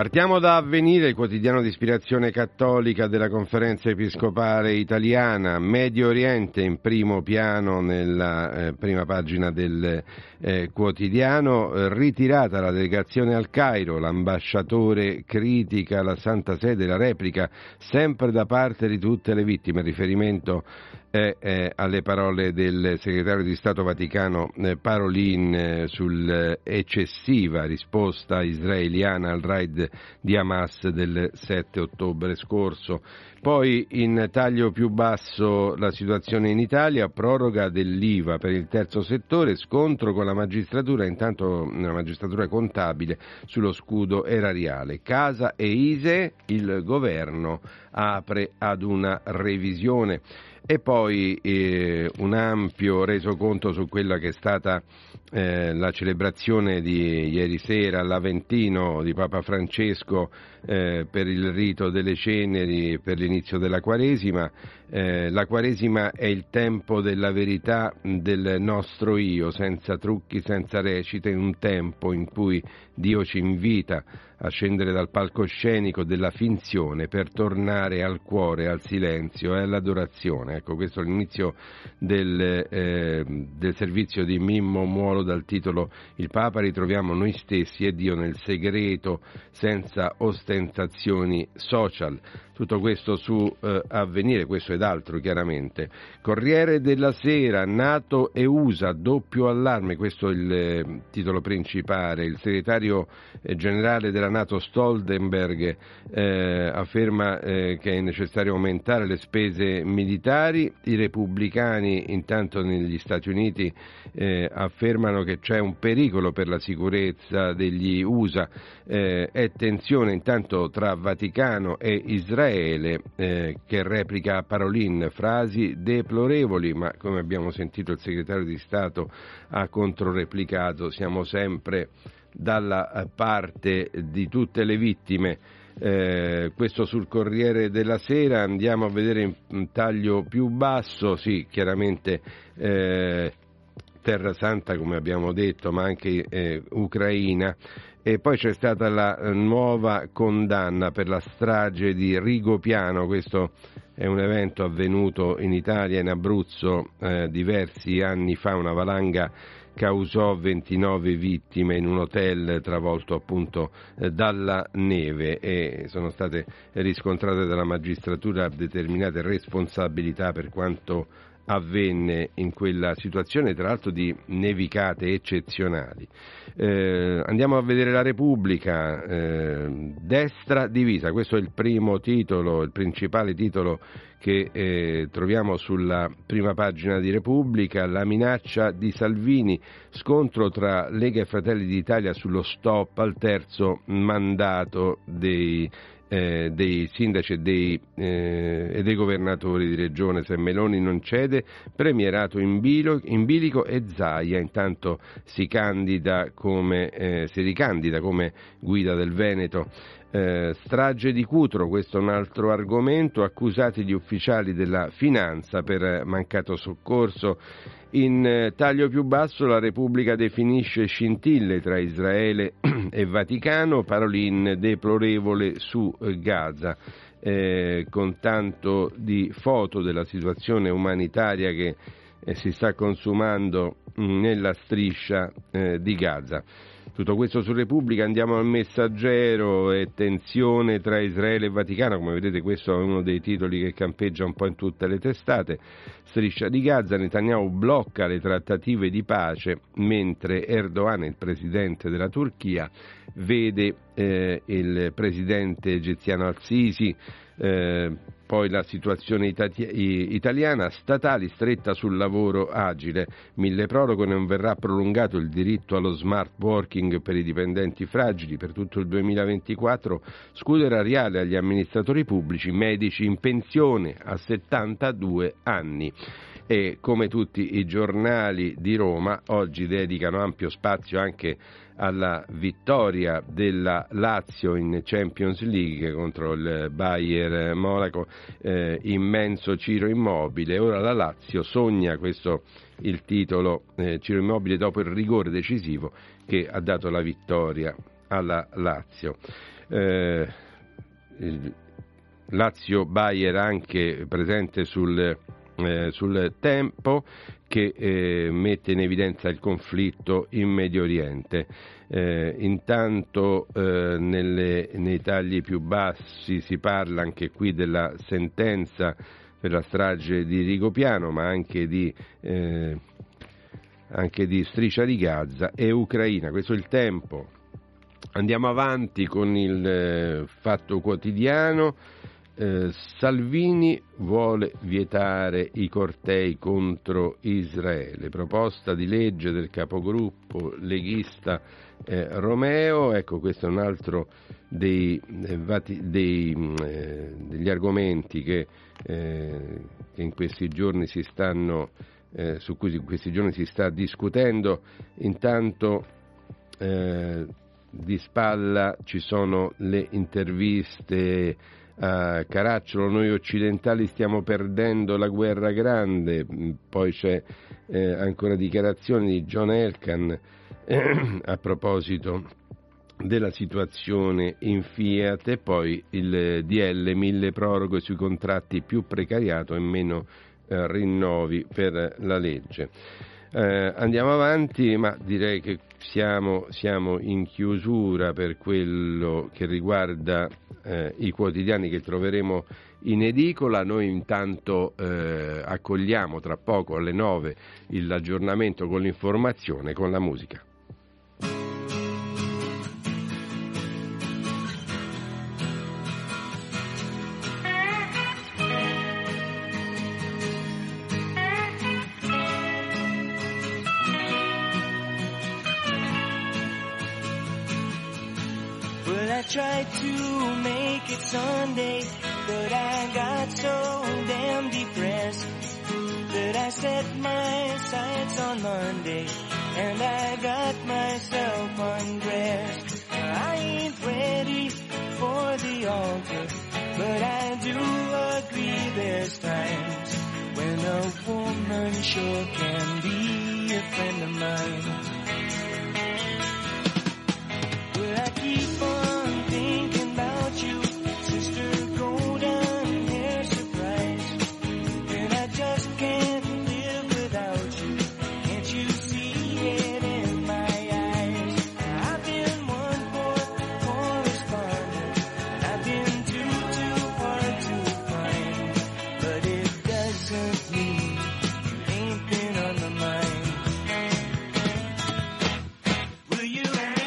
[SPEAKER 2] Partiamo da Avvenire, il quotidiano di ispirazione cattolica della Conferenza Episcopale Italiana. Medio Oriente in primo piano nella prima pagina del quotidiano. Ritirata la delegazione al Cairo, l'ambasciatore critica la Santa Sede, la replica sempre da parte di tutte le vittime. Il riferimento è alle parole del segretario di Stato Vaticano Parolin sull'eccessiva risposta israeliana al raid di Hamas del 7 ottobre scorso. Poi in taglio più basso la situazione in Italia, proroga dell'IVA per il terzo settore, scontro con la magistratura, intanto la magistratura contabile sullo scudo erariale. Casa e ISEE, il governo apre ad una revisione. E poi un ampio resoconto su quella che è stata la celebrazione di ieri sera all'Aventino di Papa Francesco per il rito delle ceneri, per l'inizio della Quaresima. La Quaresima è il tempo della verità del nostro io, senza trucchi, senza recite, un tempo in cui Dio ci invita a scendere dal palcoscenico della finzione per tornare al cuore, al silenzio e all'adorazione. Ecco, questo è l'inizio del servizio di Mimmo Muolo dal titolo Il Papa, ritroviamo noi stessi e Dio nel segreto, senza ostentazioni social. Tutto questo su Avvenire, questo ed altro chiaramente. Corriere della Sera, NATO e USA, doppio allarme, questo è il titolo principale. Il segretario generale della NATO Stoltenberg afferma che è necessario aumentare le spese militari. I repubblicani intanto negli Stati Uniti affermano che c'è un pericolo per la sicurezza degli USA. È tensione intanto tra Vaticano e Israele che replica a Parolin frasi deplorevoli, ma come abbiamo sentito il segretario di Stato ha controreplicato: siamo sempre dalla parte di tutte le vittime. Questo sul Corriere della Sera. Andiamo a vedere in taglio più basso, sì, chiaramente Terra Santa come abbiamo detto, ma anche Ucraina. E poi c'è stata la nuova condanna per la strage di Rigopiano. Questo è un evento avvenuto in Italia, in Abruzzo, diversi anni fa. Una valanga causò 29 vittime in un hotel travolto appunto dalla neve, e sono state riscontrate dalla magistratura determinate responsabilità per quanto avvenne in quella situazione, tra l'altro di nevicate eccezionali. Andiamo a vedere la Repubblica. Destra divisa, questo è il primo titolo, il principale titolo che troviamo sulla prima pagina di Repubblica. La minaccia di Salvini, scontro tra Lega e Fratelli d'Italia sullo stop al terzo mandato dei sindaci e dei governatori di regione. Se Meloni non cede, premierato in bilico, e Zaia intanto si ricandida come guida del Veneto. Strage di Cutro, questo è un altro argomento, accusati gli ufficiali della finanza per mancato soccorso. In taglio più basso la Repubblica definisce scintille tra Israele e Vaticano, Parolin deplorevole su Gaza, con tanto di foto della situazione umanitaria che si sta consumando nella striscia di Gaza. Tutto questo su Repubblica. Andiamo al Messaggero. E tensione tra Israele e Vaticano, come vedete questo è uno dei titoli che campeggia un po' in tutte le testate. Striscia di Gaza, Netanyahu blocca le trattative di pace mentre Erdogan, il presidente della Turchia, vede il presidente egiziano Al-Sisi. Poi la situazione italiana, statali stretta sul lavoro agile, milleproroghe, non verrà prolungato il diritto allo smart working per i dipendenti fragili per tutto il 2024, scudo erariale agli amministratori pubblici, medici in pensione a 72 anni. E come tutti i giornali di Roma oggi dedicano ampio spazio anche alla vittoria della Lazio in Champions League contro il Bayern Monaco, immenso Ciro Immobile. Ora la Lazio sogna, questo il titolo, Ciro Immobile dopo il rigore decisivo che ha dato la vittoria alla Lazio. Lazio-Bayer anche presente sul Tempo, che mette in evidenza il conflitto in Medio Oriente. Intanto nei tagli più bassi si parla anche qui della sentenza per la strage di Rigopiano, ma anche di Striscia di Gaza e Ucraina. Questo è il Tempo. Andiamo avanti con il Fatto Quotidiano. Salvini vuole vietare i cortei contro Israele, proposta di legge del capogruppo leghista Romeo. Ecco, questo è un altro degli argomenti che in questi giorni su cui in questi giorni si sta discutendo. Intanto di spalla ci sono le interviste a Caracciolo. Noi occidentali stiamo perdendo la guerra grande. Poi c'è ancora dichiarazioni di John Elkann a proposito della situazione in Fiat, e poi il DL 1000 proroghe sui contratti, più precariato e meno rinnovi per la legge. Andiamo avanti, ma direi che siamo in chiusura per quello che riguarda i quotidiani che troveremo in edicola. Noi intanto accogliamo tra poco alle 9 l'aggiornamento con l'informazione, con la musica.
[SPEAKER 10] Tried to make it Sunday, but I got so damn depressed that I set my sights on Monday and I got myself undressed. I ain't ready for the altar, but I do agree there's times when a woman sure can be a friend of mine. But I keep on thinking about you, sister golden hair surprise, and I just can't live without you. Can't you see it in my eyes? I've been one poor correspondent, I've been too hard to find, but it doesn't mean you ain't been on my mind. Will you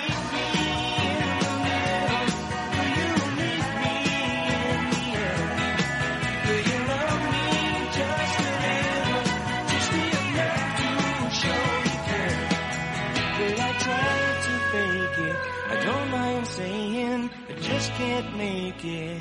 [SPEAKER 10] can't make it.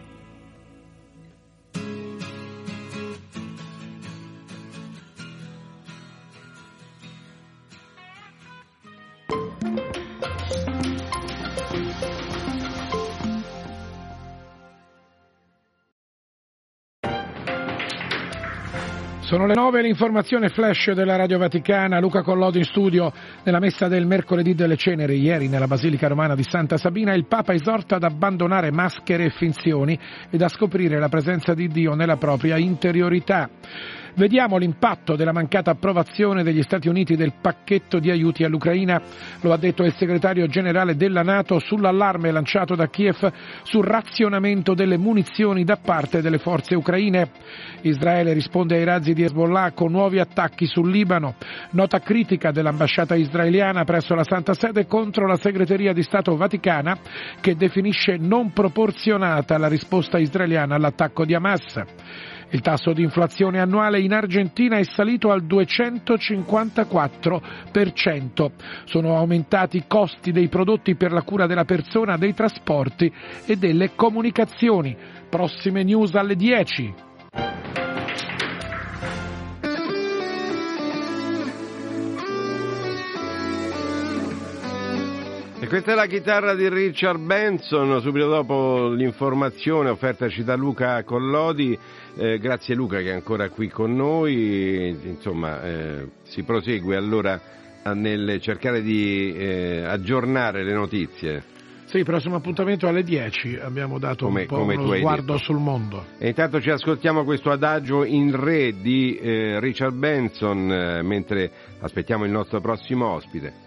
[SPEAKER 5] Sono le 9, l'informazione flash della Radio Vaticana. Luca Collodi in studio. Nella messa del mercoledì delle ceneri, ieri nella Basilica Romana di Santa Sabina, il Papa esorta ad abbandonare maschere e finzioni ed a scoprire la presenza di Dio nella propria interiorità. Vediamo l'impatto della mancata approvazione degli Stati Uniti del pacchetto di aiuti all'Ucraina. Lo ha detto il segretario generale della NATO sull'allarme lanciato da Kiev sul razionamento delle munizioni da parte delle forze ucraine. Israele risponde ai razzi di Hezbollah con nuovi attacchi sul Libano. Nota critica dell'ambasciata israeliana presso la Santa Sede contro la segreteria di Stato vaticana, che definisce non proporzionata la risposta israeliana all'attacco di Hamas. Il tasso di inflazione annuale in Argentina è salito al 254%. Sono aumentati i costi dei prodotti per la cura della persona, dei trasporti e delle comunicazioni. Prossime news alle 10.
[SPEAKER 2] E questa è la chitarra di Richard Benson, subito dopo l'informazione offertaci da Luca Collodi. Grazie Luca che è ancora qui con noi. Insomma, si prosegue allora nel cercare di aggiornare le notizie.
[SPEAKER 5] Sì, prossimo appuntamento alle 10, abbiamo dato un po' uno sguardo sul mondo.
[SPEAKER 2] E intanto ci ascoltiamo questo adagio in re di Richard Benson, mentre aspettiamo il nostro prossimo ospite.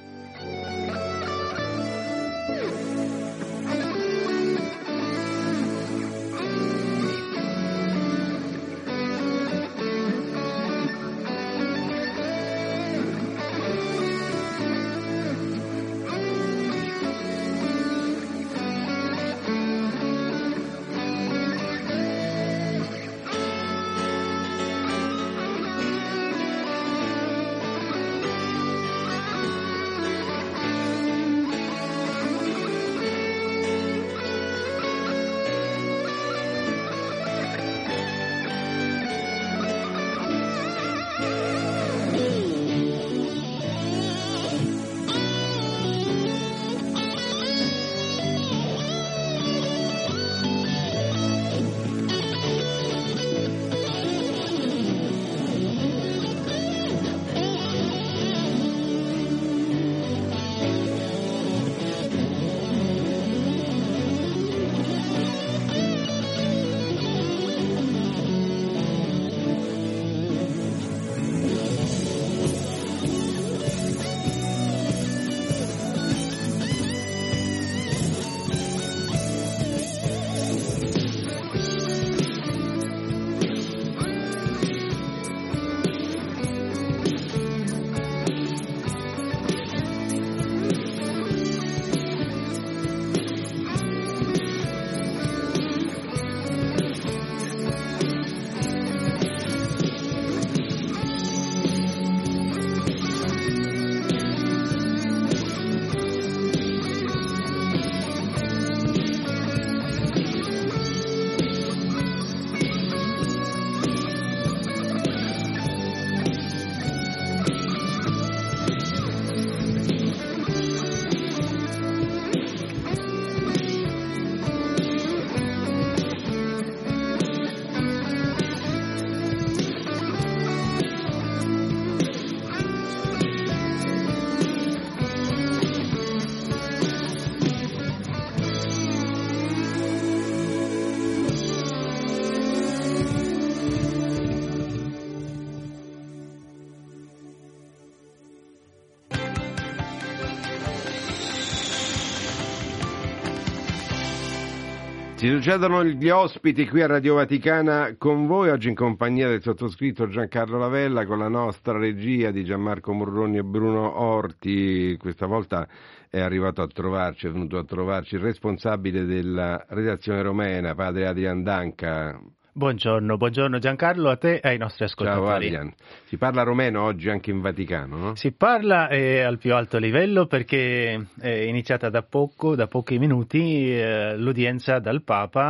[SPEAKER 2] Si succedono gli ospiti qui a Radio Vaticana con voi, oggi in compagnia del sottoscritto Giancarlo Lavella, con la nostra regia di Gianmarco Murroni e Bruno Orti. Questa volta è arrivato a trovarci, è venuto a trovarci il responsabile della redazione romena, padre Adrian Danca.
[SPEAKER 11] Buongiorno Giancarlo, a te e ai nostri ascoltatori.
[SPEAKER 2] Ciao Adrian. Si parla romeno oggi anche in Vaticano, no?
[SPEAKER 11] Si parla al più alto livello perché è iniziata da pochi minuti, l'udienza dal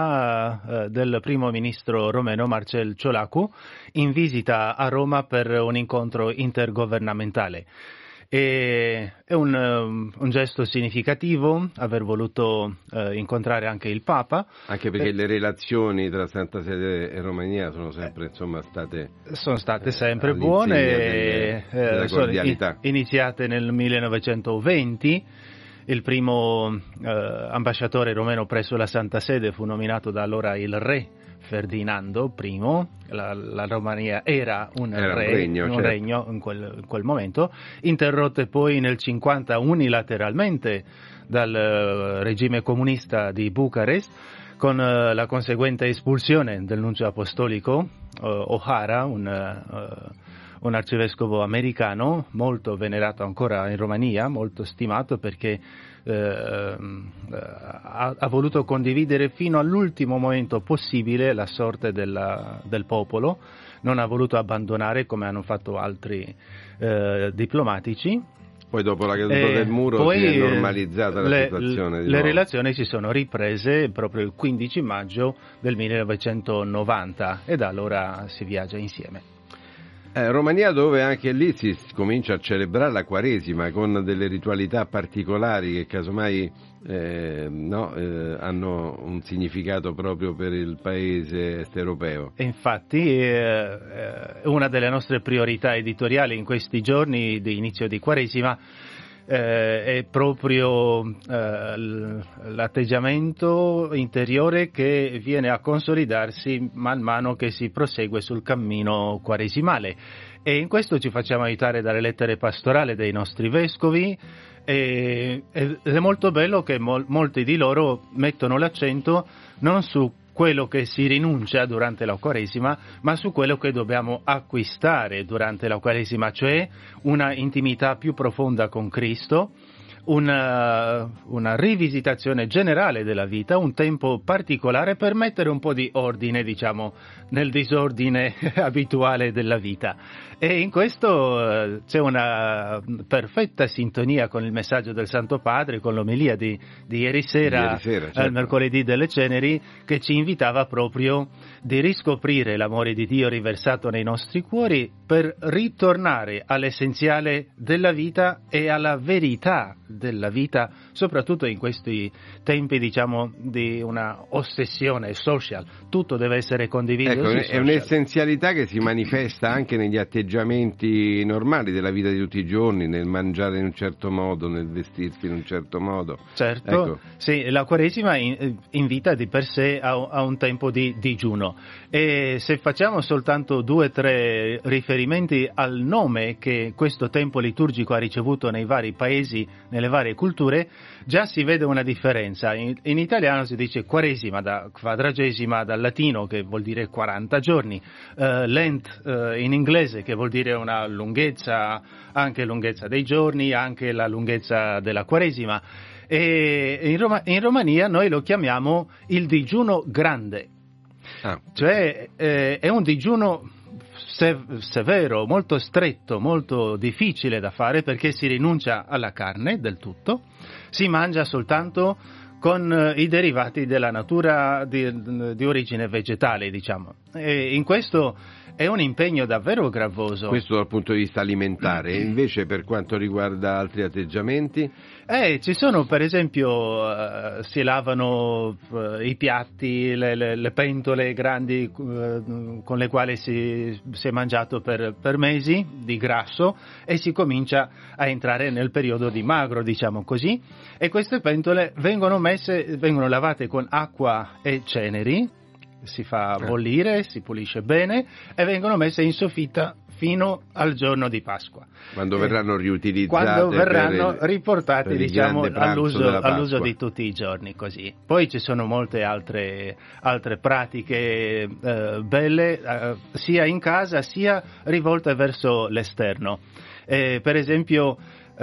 [SPEAKER 11] Papa del primo ministro romeno Marcel Ciolacu in visita a Roma per un incontro intergovernamentale. È un gesto significativo aver voluto incontrare anche il Papa.
[SPEAKER 2] Anche perché le relazioni tra Santa Sede e Romania sono sempre state
[SPEAKER 11] sempre buone,
[SPEAKER 2] della cordialità.
[SPEAKER 11] Iniziate nel 1920. Il primo ambasciatore romeno presso la Santa Sede fu nominato da allora il re Ferdinando I, la Romania era un regno in quel momento, interrotte poi nel 50 unilateralmente dal regime comunista di Bucarest, con la conseguente espulsione del nunzio apostolico O'Hara, un arcivescovo americano molto venerato ancora in Romania, molto stimato perché ha voluto condividere fino all'ultimo momento possibile la sorte del popolo, non ha voluto abbandonare come hanno fatto altri diplomatici.
[SPEAKER 2] Poi dopo la caduta del muro si è normalizzata la situazione.
[SPEAKER 11] Le relazioni si sono riprese proprio il 15 maggio del 1990 e da allora si viaggia insieme.
[SPEAKER 2] Romania, dove anche lì si comincia a celebrare la Quaresima con delle ritualità particolari che casomai hanno un significato proprio per il paese est europeo.
[SPEAKER 11] E infatti una delle nostre priorità editoriali in questi giorni di inizio di Quaresima è proprio l'atteggiamento interiore che viene a consolidarsi man mano che si prosegue sul cammino quaresimale, e in questo ci facciamo aiutare dalle lettere pastorali dei nostri vescovi, ed è molto bello che molti di loro mettono l'accento non su quello che si rinuncia durante la Quaresima, ma su quello che dobbiamo acquistare durante la Quaresima, cioè una intimità più profonda con Cristo, una rivisitazione generale della vita, un tempo particolare per mettere un po' di ordine, diciamo, nel disordine abituale della vita. E in questo c'è una perfetta sintonia con il messaggio del Santo Padre, con l'omelia di ieri sera,
[SPEAKER 2] certo.
[SPEAKER 11] al mercoledì delle Ceneri, che ci invitava proprio di riscoprire l'amore di Dio riversato nei nostri cuori per ritornare all'essenziale della vita e alla verità della vita, soprattutto in questi tempi, diciamo, di una ossessione social. Tutto deve essere condiviso.
[SPEAKER 2] Ecco, è un'essenzialità che si manifesta anche negli atteggiamenti normali della vita di tutti i giorni, nel mangiare in un certo modo, nel vestirsi in un certo modo.
[SPEAKER 11] Certo,
[SPEAKER 2] ecco.
[SPEAKER 11] Sì, la Quaresima invita di per sé a un tempo di digiuno, e se facciamo soltanto 2 o 3 riferimenti al nome che questo tempo liturgico ha ricevuto nei vari paesi, nelle varie culture, già si vede una differenza. In italiano si dice Quaresima, da quadragesima, dal latino, che vuol dire 40 giorni, Lent in inglese, che vuol dire una lunghezza, anche lunghezza dei giorni, anche la lunghezza della Quaresima, e in Romania noi lo chiamiamo il digiuno grande, cioè è un digiuno severo, molto stretto, molto difficile da fare, perché si rinuncia alla carne del tutto, si mangia soltanto con i derivati della natura di origine vegetale, diciamo. E in questo è un impegno davvero gravoso.
[SPEAKER 2] Questo dal punto di vista alimentare. E invece per quanto riguarda altri atteggiamenti?
[SPEAKER 11] Ci sono, per esempio, si lavano i piatti, le pentole grandi con le quali si è mangiato per mesi di grasso, e si comincia a entrare nel periodo di magro, diciamo così, e queste pentole vengono lavate con acqua e ceneri, si fa bollire, si pulisce bene e vengono messe in soffitta fino al giorno di Pasqua.
[SPEAKER 2] Quando verranno riutilizzate.
[SPEAKER 11] Quando verranno riportate, diciamo, all'uso di tutti i giorni, così. Poi ci sono molte altre pratiche belle, sia in casa sia rivolte verso l'esterno. Per esempio,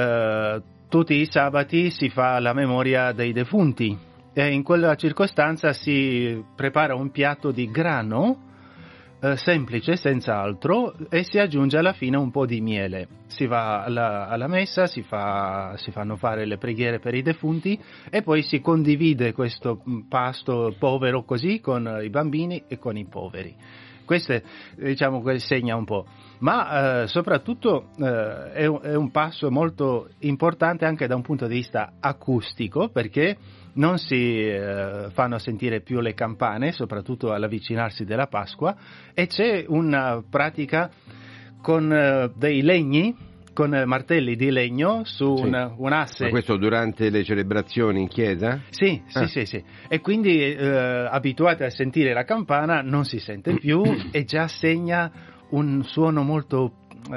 [SPEAKER 11] tutti i sabati si fa la memoria dei defunti, e in quella circostanza si prepara un piatto di grano semplice, senza altro, e si aggiunge alla fine un po' di miele. Si va alla messa, si fanno fare le preghiere per i defunti, e poi si condivide questo pasto povero così con i bambini e con i poveri. Questo, diciamo, segna un po', ma soprattutto è un passo molto importante anche da un punto di vista acustico, perché non si fanno sentire più le campane, soprattutto all'avvicinarsi della Pasqua, e c'è una pratica con dei legni, con martelli di legno su un asse. Ma
[SPEAKER 2] questo durante le celebrazioni in chiesa?
[SPEAKER 11] Sì. E quindi abituati a sentire la campana non si sente più e già segna un suono molto...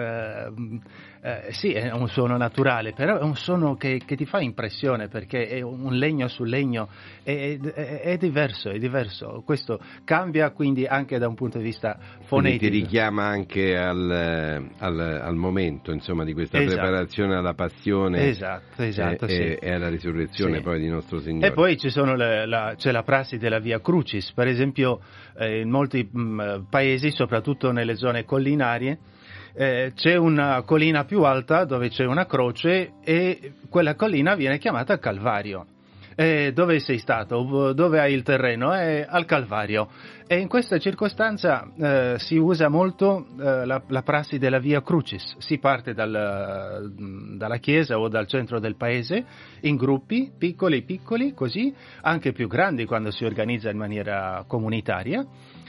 [SPEAKER 11] sì, è un suono naturale, però è un suono che ti fa impressione, perché è un legno su legno, è diverso. Questo cambia quindi anche da un punto di vista fonetico.
[SPEAKER 2] Quindi ti richiama anche al momento, insomma, di questa preparazione alla passione.
[SPEAKER 11] Esatto,
[SPEAKER 2] e alla risurrezione poi di nostro Signore.
[SPEAKER 11] E poi ci sono c'è la prassi della Via Crucis, per esempio in molti paesi, soprattutto nelle zone collinarie, c'è una collina più alta dove c'è una croce, e quella collina viene chiamata Calvario. Dove sei stato? Dove hai il terreno? Al Calvario. E in questa circostanza si usa molto la prassi della Via Crucis. Si parte dalla chiesa o dal centro del paese in gruppi piccoli, così, anche più grandi quando si organizza in maniera comunitaria.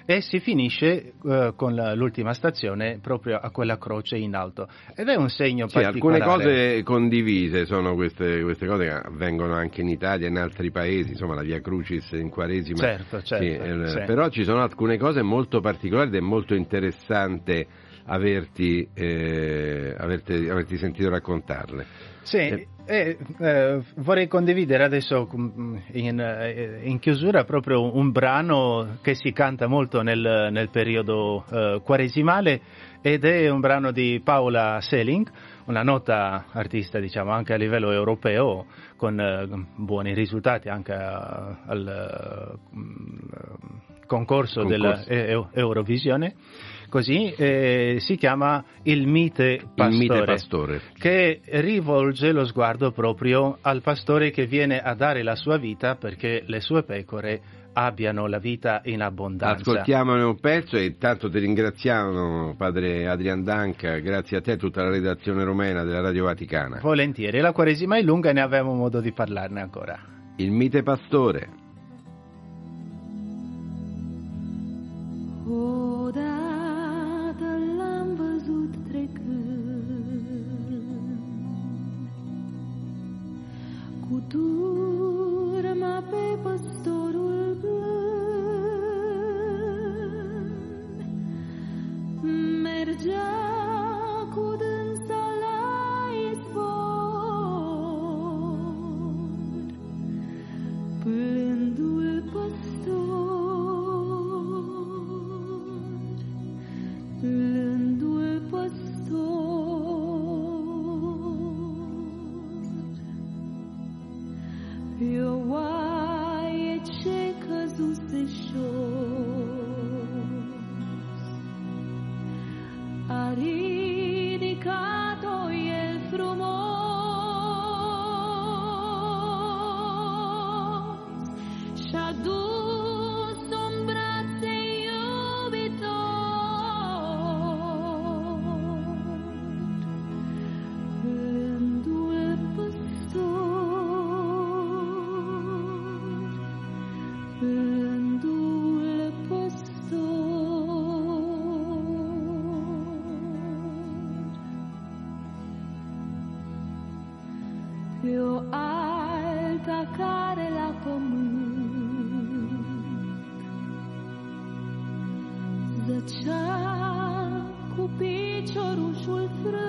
[SPEAKER 11] e si finisce con l'ultima stazione proprio a quella croce in alto, ed è un segno particolare.
[SPEAKER 2] Alcune cose condivise sono queste cose che avvengono anche in Italia e in altri paesi, insomma la Via Crucis in Quaresima,
[SPEAKER 11] certo, sì.
[SPEAKER 2] Però ci sono alcune cose molto particolari ed è molto interessante averti sentito raccontarle.
[SPEAKER 11] Sì, vorrei condividere adesso in chiusura proprio un brano che si canta molto nel periodo quaresimale, ed è un brano di Paula Seling, una nota artista, diciamo, anche a livello europeo, con buoni risultati anche al concorso dell'Eurovisione. Così si chiama Il Mite Pastore, che rivolge lo sguardo proprio al pastore che viene a dare la sua vita perché le sue pecore abbiano la vita in abbondanza.
[SPEAKER 2] Ascoltiamone un pezzo e intanto ti ringraziamo, padre Adrian Danca, grazie a te e tutta la redazione romena della Radio Vaticana.
[SPEAKER 11] Volentieri, la Quaresima è lunga e ne avremo modo di parlarne ancora.
[SPEAKER 2] Il Mite Pastore.
[SPEAKER 8] Cu turma pe păstorul blând mergea cu dânsa la izvor, blândul păstor, blândul păstor. Pe o oaie ce căzuse jos, a ridicat-o el frumos și-a dus-o în brațe iubitor, blândul păstor, blândul păstor. Pe o alta care la pământ zăcea cu piciorușul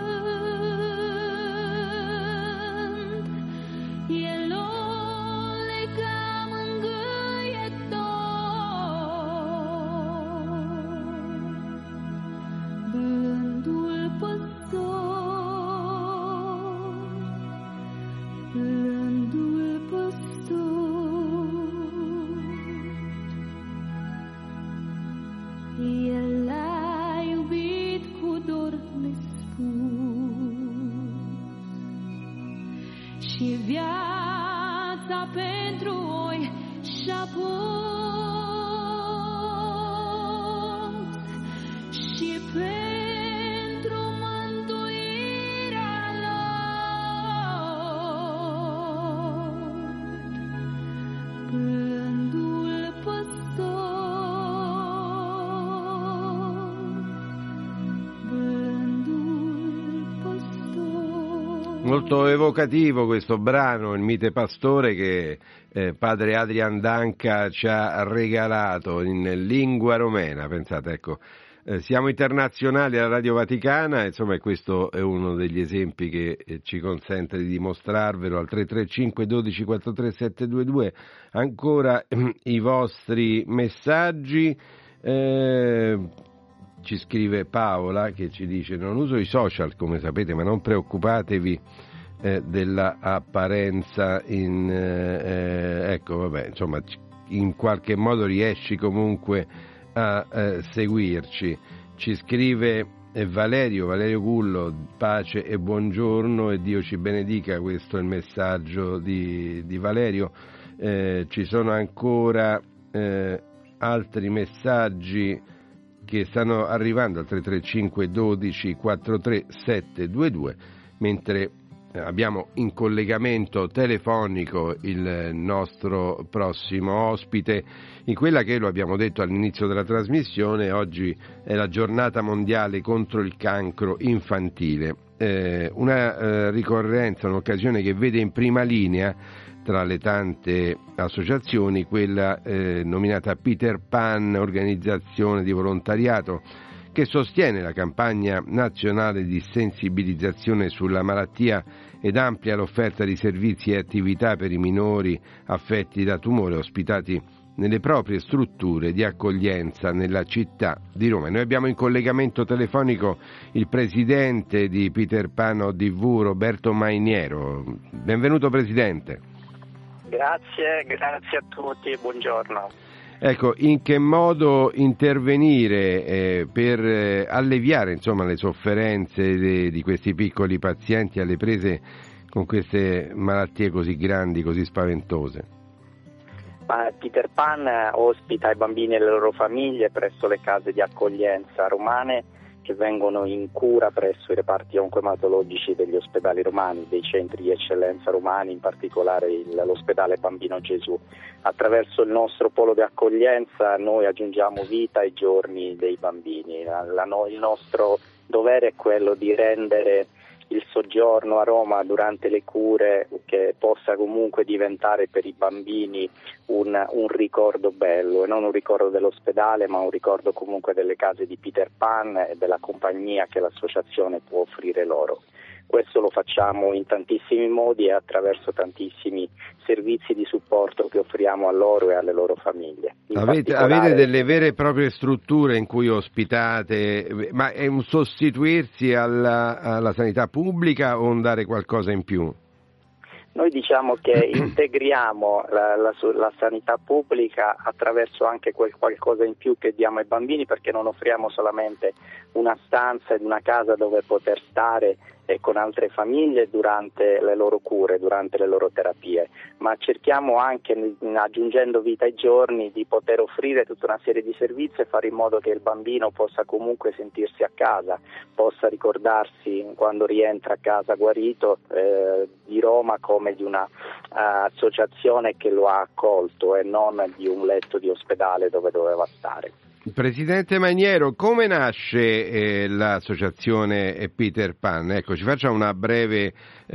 [SPEAKER 8] frânt, el o lega mângâietor, blândul păstor, blândul păstor. El l-a iubit cu dor nespus și viața pentru oi și-a pus și pentru mântuirea lor, blândul păstor, blândul păstor.
[SPEAKER 2] Molto evocativo questo brano, Il Mite Pastore, che padre Adrian Danca ci ha regalato in lingua romena. Pensate, ecco, siamo internazionali alla Radio Vaticana, insomma, questo è uno degli esempi che ci consente di dimostrarvelo al 335 12 43 722. Ancora i vostri messaggi. Ci scrive Paola che ci dice: non uso i social come sapete, ma non preoccupatevi della apparenza ecco, vabbè, insomma, in qualche modo riesci comunque a seguirci. Ci scrive Valerio Gullo: pace e buongiorno e Dio ci benedica. Questo è il messaggio di Valerio. Ci sono ancora altri messaggi che stanno arrivando al 335 12 43 722, mentre abbiamo in collegamento telefonico il nostro prossimo ospite in quella che, lo abbiamo detto all'inizio della trasmissione, oggi è la giornata mondiale contro il cancro infantile, una ricorrenza, un'occasione che vede in prima linea tra le tante associazioni quella nominata Peter Pan, organizzazione di volontariato che sostiene la campagna nazionale di sensibilizzazione sulla malattia ed amplia l'offerta di servizi e attività per i minori affetti da tumore ospitati nelle proprie strutture di accoglienza nella città di Roma. Noi abbiamo in collegamento telefonico il presidente di Peter Pan ODV, Roberto Mainiero. Benvenuto Presidente.
[SPEAKER 12] Grazie a tutti, buongiorno.
[SPEAKER 2] Ecco, in che modo intervenire per alleviare insomma le sofferenze di questi piccoli pazienti alle prese con queste malattie così grandi, così spaventose?
[SPEAKER 12] Peter Pan ospita i bambini e le loro famiglie presso le case di accoglienza romane che vengono in cura presso i reparti oncoematologici degli ospedali romani, dei centri di eccellenza romani, in particolare l'ospedale Bambino Gesù. Attraverso il nostro polo di accoglienza noi aggiungiamo vita ai giorni dei bambini. Il nostro dovere è quello di rendere il soggiorno a Roma durante le cure che possa comunque diventare per i bambini un ricordo bello, e non un ricordo dell'ospedale, ma un ricordo comunque delle case di Peter Pan e della compagnia che l'associazione può offrire loro. Questo lo facciamo in tantissimi modi e attraverso tantissimi servizi di supporto che offriamo a loro e alle loro famiglie.
[SPEAKER 2] Avete delle vere e proprie strutture in cui ospitate, ma è un sostituirsi alla sanità pubblica o un dare qualcosa in più?
[SPEAKER 12] Noi diciamo che integriamo la sanità pubblica attraverso anche quel qualcosa in più che diamo ai bambini, perché non offriamo solamente una stanza ed una casa dove poter stare con altre famiglie durante le loro cure, durante le loro terapie, ma cerchiamo anche, aggiungendo vita ai giorni, di poter offrire tutta una serie di servizi e fare in modo che il bambino possa comunque sentirsi a casa, possa ricordarsi quando rientra a casa guarito di Roma come di una associazione che lo ha accolto e non di un letto di ospedale dove doveva stare.
[SPEAKER 2] Presidente Mainiero, come nasce l'associazione Peter Pan? Ecco, ci faccia una breve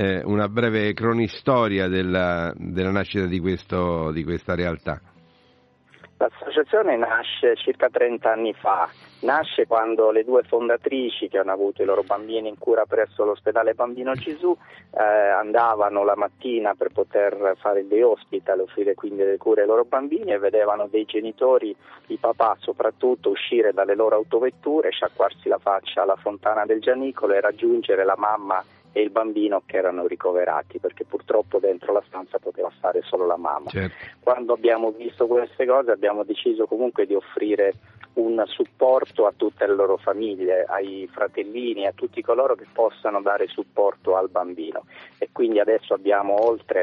[SPEAKER 2] cronistoria della nascita di questa realtà.
[SPEAKER 12] L'associazione nasce circa 30 anni fa, nasce quando le due fondatrici che hanno avuto i loro bambini in cura presso l'ospedale Bambino Gesù andavano la mattina per poter fare il day hospital, offrire quindi le cure ai loro bambini, e vedevano dei genitori, i papà soprattutto, uscire dalle loro autovetture, sciacquarsi la faccia alla fontana del Gianicolo e raggiungere la mamma e il bambino che erano ricoverati, perché purtroppo dentro la stanza poteva stare solo la mamma.
[SPEAKER 2] Certo.
[SPEAKER 12] Quando abbiamo visto queste cose abbiamo deciso comunque di offrire un supporto a tutte le loro famiglie, ai fratellini, a tutti coloro che possano dare supporto al bambino, e quindi adesso abbiamo oltre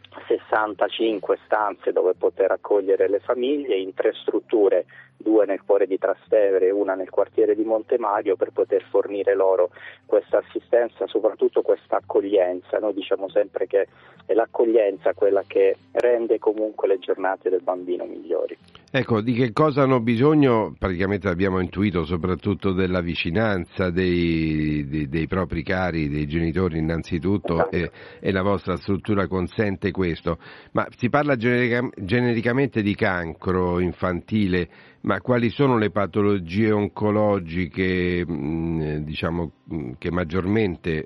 [SPEAKER 12] 65 stanze dove poter accogliere le famiglie in 3 strutture, 2 nel cuore di Trastevere e una nel quartiere di Montemario, per poter fornire loro questa assistenza, soprattutto questa accoglienza. Noi diciamo sempre che è l'accoglienza quella che rende comunque le giornate del bambino migliori.
[SPEAKER 2] Ecco, di che cosa hanno bisogno? Praticamente abbiamo intuito, soprattutto della vicinanza dei propri cari, dei genitori innanzitutto, e la vostra struttura consente questo. Ma si parla genericamente di cancro infantile, ma quali sono le patologie oncologiche diciamo che maggiormente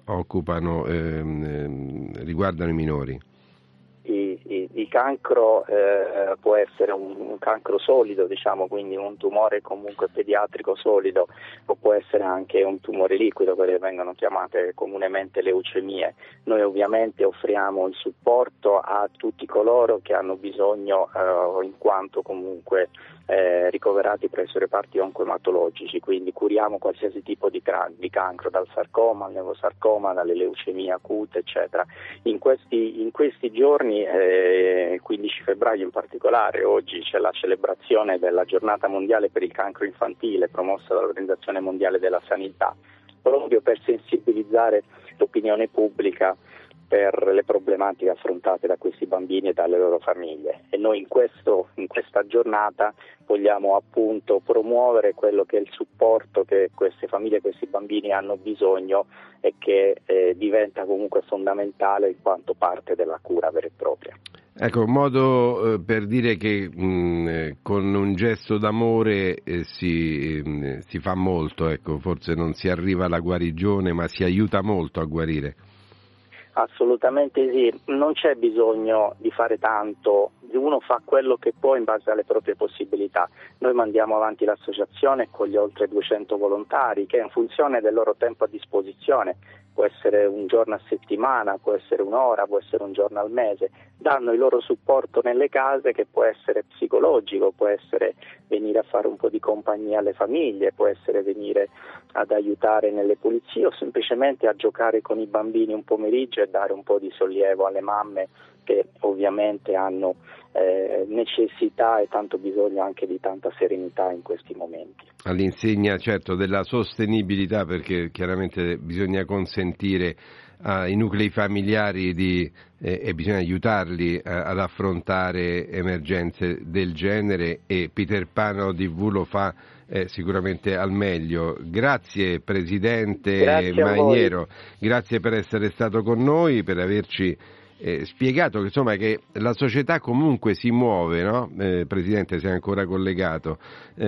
[SPEAKER 2] riguardano i minori?
[SPEAKER 12] Il cancro può essere un cancro solido, diciamo, quindi un tumore comunque pediatrico solido, o può essere anche un tumore liquido, quelle vengono chiamate comunemente leucemie. Noi ovviamente offriamo il supporto a tutti coloro che hanno bisogno, in quanto comunque ricoverati presso i reparti oncoematologici, quindi curiamo qualsiasi tipo di cancro, dal sarcoma al neurosarcoma, dalle leucemie acute, eccetera. In questi giorni, il 15 febbraio in particolare, oggi c'è la celebrazione della giornata mondiale per il cancro infantile promossa dall'Organizzazione Mondiale della Sanità. proprio per sensibilizzare l'opinione pubblica per le problematiche affrontate da questi bambini e dalle loro famiglie. E noi in questa giornata vogliamo appunto promuovere quello che è il supporto che queste famiglie e questi bambini hanno bisogno e che diventa comunque fondamentale in quanto parte della cura vera e propria.
[SPEAKER 2] Ecco, un modo per dire che con un gesto d'amore si fa molto, ecco, forse non si arriva alla guarigione, ma si aiuta molto a guarire.
[SPEAKER 12] Assolutamente sì, non c'è bisogno di fare tanto, uno fa quello che può in base alle proprie possibilità. Noi mandiamo avanti l'associazione con gli oltre 200 volontari che in funzione del loro tempo a disposizione, può essere un giorno a settimana, può essere un'ora, può essere un giorno al mese, danno il loro supporto nelle case che può essere psicologico, può essere venire a fare un po' di compagnia alle famiglie, può essere venire ad aiutare nelle pulizie o semplicemente a giocare con i bambini un pomeriggio e dare un po' di sollievo alle mamme che ovviamente hanno necessità e tanto bisogno anche di tanta serenità in questi momenti.
[SPEAKER 2] All'insegna certo della sostenibilità, perché chiaramente bisogna consentire ai nuclei familiari e bisogna aiutarli ad affrontare emergenze del genere, e Peter Pan ODV lo fa sicuramente al meglio. Grazie Presidente Mainiero, grazie per essere stato con noi, per averci spiegato che, insomma, che la società comunque si muove, no? Presidente, sei ancora collegato,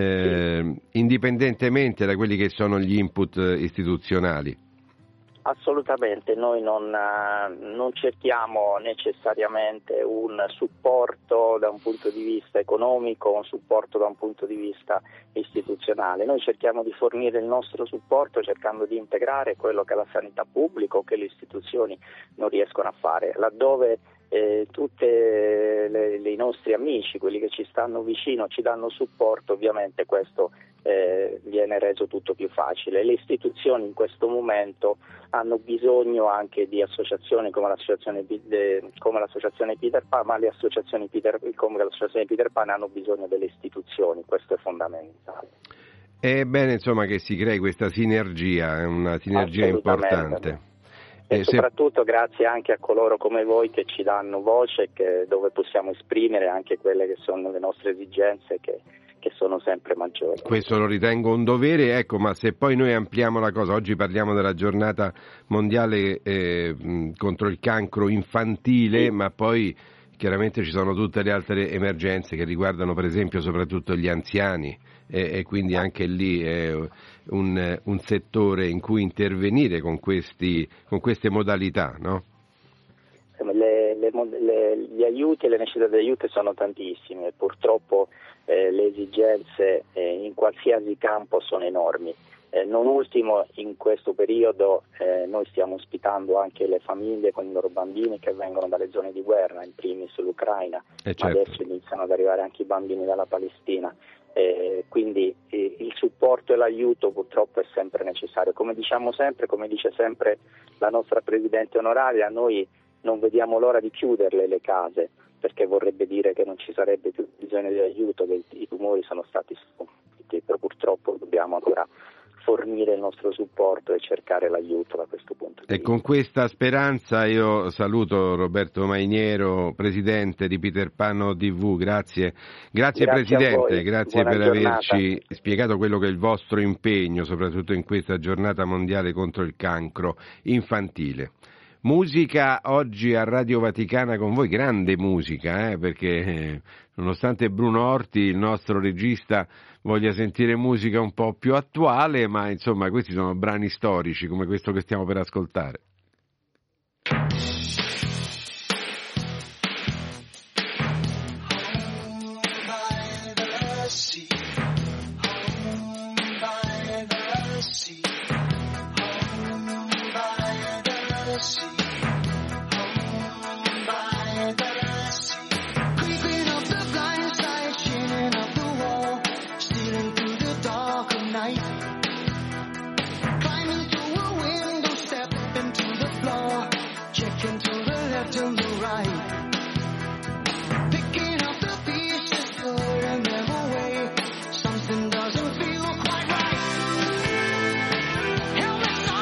[SPEAKER 2] indipendentemente da quelli che sono gli input istituzionali.
[SPEAKER 12] Assolutamente, noi non cerchiamo necessariamente un supporto da un punto di vista economico, un supporto da un punto di vista istituzionale. Noi cerchiamo di fornire il nostro supporto cercando di integrare quello che è la sanità pubblica o che le istituzioni non riescono a fare. Laddove tutti i nostri amici, quelli che ci stanno vicino, ci danno supporto, ovviamente questo viene reso tutto più facile. Le istituzioni in questo momento hanno bisogno anche di associazioni come l'associazione Peter Pan, ma le associazioni come l'associazione Peter Pan hanno bisogno delle istituzioni, questo è fondamentale.
[SPEAKER 2] È bene, insomma, che si crei questa sinergia, è una sinergia importante.
[SPEAKER 12] E soprattutto grazie anche a coloro come voi che ci danno voce, dove possiamo esprimere anche quelle che sono le nostre esigenze che sono sempre maggiori.
[SPEAKER 2] Questo lo ritengo un dovere, ecco, ma se poi noi ampliamo la cosa, oggi parliamo della giornata mondiale contro il cancro infantile, sì, ma poi chiaramente ci sono tutte le altre emergenze che riguardano per esempio soprattutto gli anziani e quindi anche lì è un settore in cui intervenire con queste modalità, no?
[SPEAKER 12] Gli aiuti e le necessità di aiuto sono tantissime e purtroppo le esigenze in qualsiasi campo sono enormi. Non ultimo, in questo periodo noi stiamo ospitando anche le famiglie con i loro bambini che vengono dalle zone di guerra, in primis l'Ucraina,
[SPEAKER 2] certo.
[SPEAKER 12] Ma adesso iniziano ad arrivare anche i bambini dalla Palestina. Quindi il supporto e l'aiuto purtroppo è sempre necessario. Come diciamo sempre, come dice sempre la nostra Presidente onoraria, noi non vediamo l'ora di chiuderle le case, perché vorrebbe dire che non ci sarebbe più bisogno di aiuto, che i tumori sono stati sconfitti, però purtroppo dobbiamo ancora fornire il nostro supporto e cercare l'aiuto da questo punto di vista.
[SPEAKER 2] E con questa speranza io saluto Roberto Mainiero, Presidente di Peter Pan ODV, grazie Presidente, grazie per averci spiegato quello che è il vostro impegno, soprattutto in questa giornata mondiale contro il cancro infantile. Musica oggi a Radio Vaticana con voi, grande musica, perché nonostante Bruno Orti, il nostro regista, voglia sentire musica un po' più attuale, ma insomma questi sono brani storici come questo che stiamo per ascoltare.
[SPEAKER 8] Something doesn't feel quite right. Help me,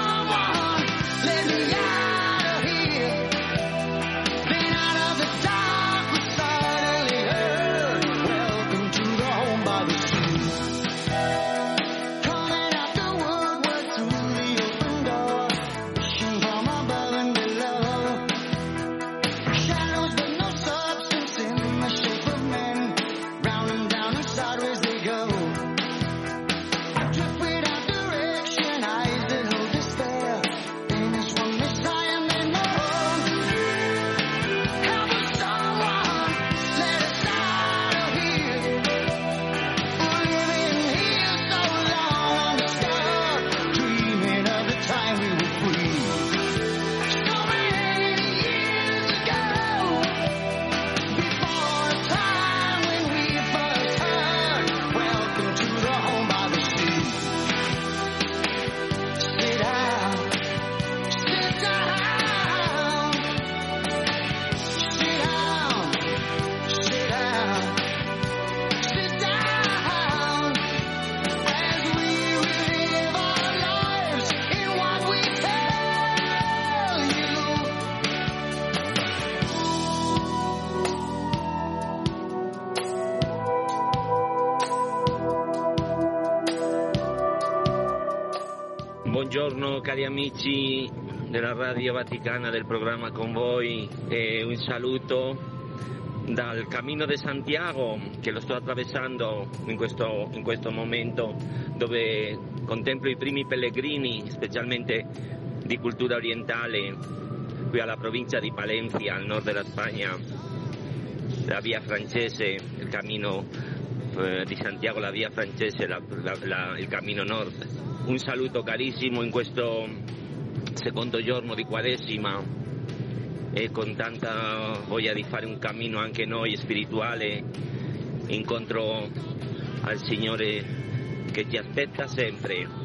[SPEAKER 13] Buongiorno cari amici della Radio Vaticana, del programma Con Voi, e un saluto dal Cammino de Santiago, che lo sto attraversando in questo momento, dove contemplo i primi pellegrini, specialmente di cultura orientale, qui alla provincia di Palencia, al nord della Spagna. La via francese, il cammino di Santiago, la via francese, il cammino nord. Un saluto carissimo in questo secondo giorno di Quaresima, e con tanta voglia di fare un cammino anche noi spirituale, incontro al Signore che ci aspetta sempre.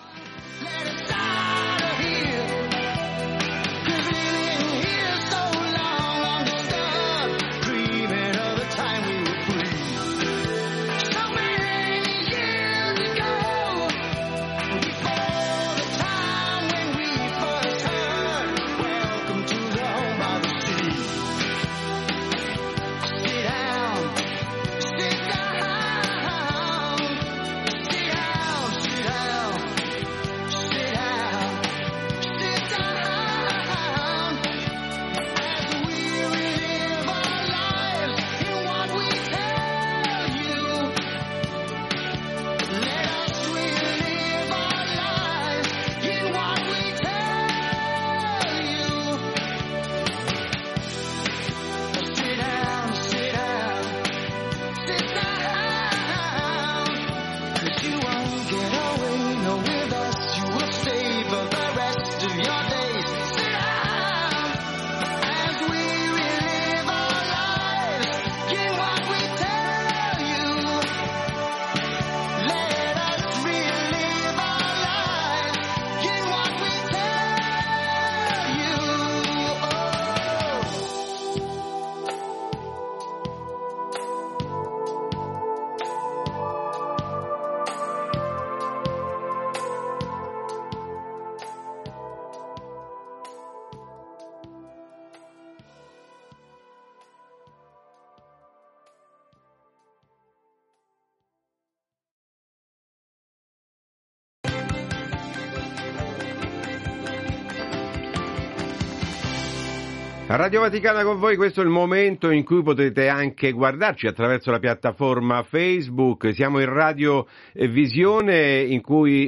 [SPEAKER 2] A Radio Vaticana con voi, questo è il momento in cui potete anche guardarci attraverso la piattaforma Facebook. Siamo in Radio Visione, in cui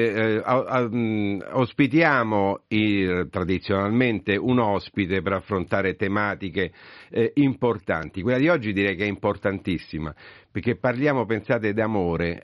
[SPEAKER 2] ospitiamo tradizionalmente un ospite per affrontare tematiche importanti. Quella di oggi direi che è importantissima, perché parliamo, pensate, d'amore,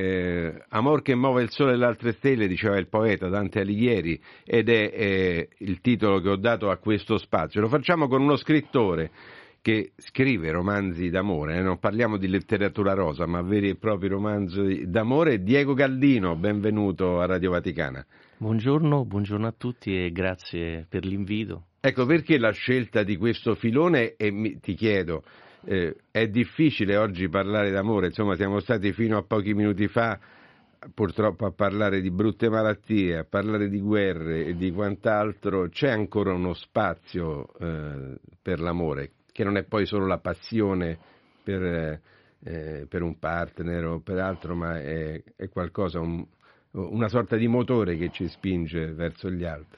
[SPEAKER 2] amor che muove il sole e le altre stelle, diceva il poeta Dante Alighieri, ed è il titolo che ho dato a questo spazio. Lo facciamo con uno scrittore che scrive romanzi d'amore, non parliamo di letteratura rosa, ma veri e propri romanzi d'amore. Diego Galdino, benvenuto a Radio Vaticana.
[SPEAKER 14] Buongiorno a tutti e grazie per l'invito.
[SPEAKER 2] Ecco, perché la scelta di questo filone, e ti chiedo, è difficile oggi parlare d'amore, insomma siamo stati fino a pochi minuti fa purtroppo a parlare di brutte malattie, a parlare di guerre e di quant'altro. C'è ancora uno spazio per l'amore, che non è poi solo la passione per un partner o per altro, ma è qualcosa, una sorta di motore che ci spinge verso gli altri.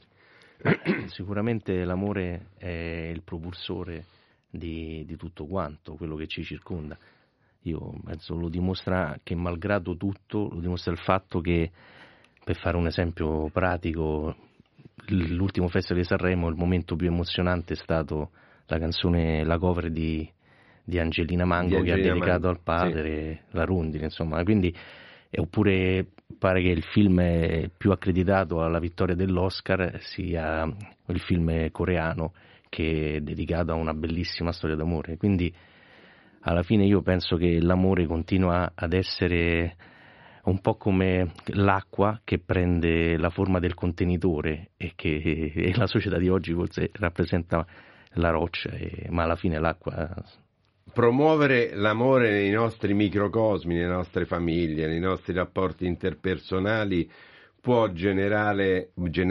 [SPEAKER 14] Sicuramente l'amore è il propulsore di tutto quanto, quello che ci circonda. Io penso lo dimostra che, malgrado tutto, lo dimostra il fatto che, per fare un esempio pratico, l'ultimo Festival di Sanremo, il momento più emozionante è stato la canzone, la cover di Angelina Mango, che ha dedicato al padre, sì, la Rondine, insomma. Quindi, oppure pare che il film più accreditato alla vittoria dell'Oscar sia il film coreano, che è dedicato a una bellissima storia d'amore. Quindi alla fine io penso che l'amore continua ad essere un po' come l'acqua che prende la forma del contenitore e la società di oggi forse rappresenta la roccia, ma alla fine l'acqua.
[SPEAKER 2] Promuovere l'amore nei nostri microcosmi, nelle nostre famiglie, nei nostri rapporti interpersonali può generare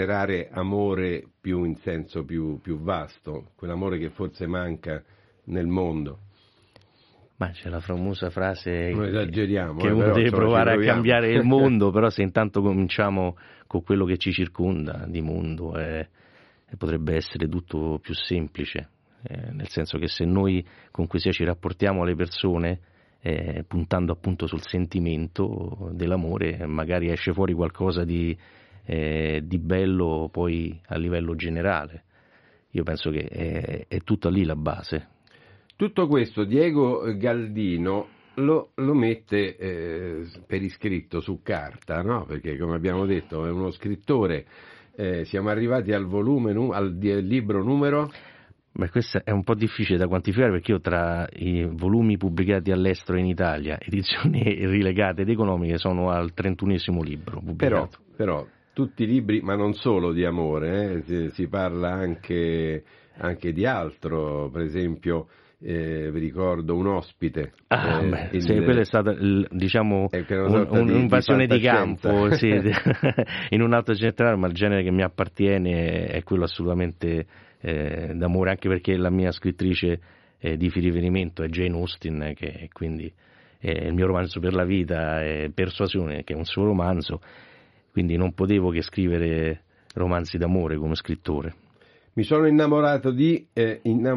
[SPEAKER 2] amore più in senso più vasto, quell'amore che forse manca nel mondo.
[SPEAKER 14] Ma c'è la famosa frase
[SPEAKER 2] non esageriamo,
[SPEAKER 14] che uno deve provare a cambiare il mondo, però se intanto cominciamo con quello che ci circonda di mondo potrebbe essere tutto più semplice, nel senso che se noi comunque sia ci rapportiamo alle persone puntando appunto sul sentimento dell'amore, magari esce fuori qualcosa di bello poi a livello generale. Io penso che è tutta lì la base.
[SPEAKER 2] Tutto questo Diego Galdino lo mette per iscritto su carta, no? Perché come abbiamo detto è uno scrittore. Siamo arrivati al volume, al libro numero?
[SPEAKER 14] Beh, questo è un po' difficile da quantificare, perché io tra i volumi pubblicati all'estero in Italia, edizioni rilegate ed economiche, sono al 31esimo libro pubblicato.
[SPEAKER 2] Però tutti i libri, ma non solo di amore, si parla anche di altro, per esempio vi ricordo Un ospite.
[SPEAKER 14] Quella è stata diciamo un'invasione di campo sì, in un altro genere, ma il genere che mi appartiene è quello assolutamente d'amore, anche perché la mia scrittrice di riferimento è Jane Austen, che quindi è il mio romanzo per la vita, è Persuasione, che è un suo romanzo, quindi non potevo che scrivere romanzi d'amore come scrittore.
[SPEAKER 2] Mi sono innamorato di è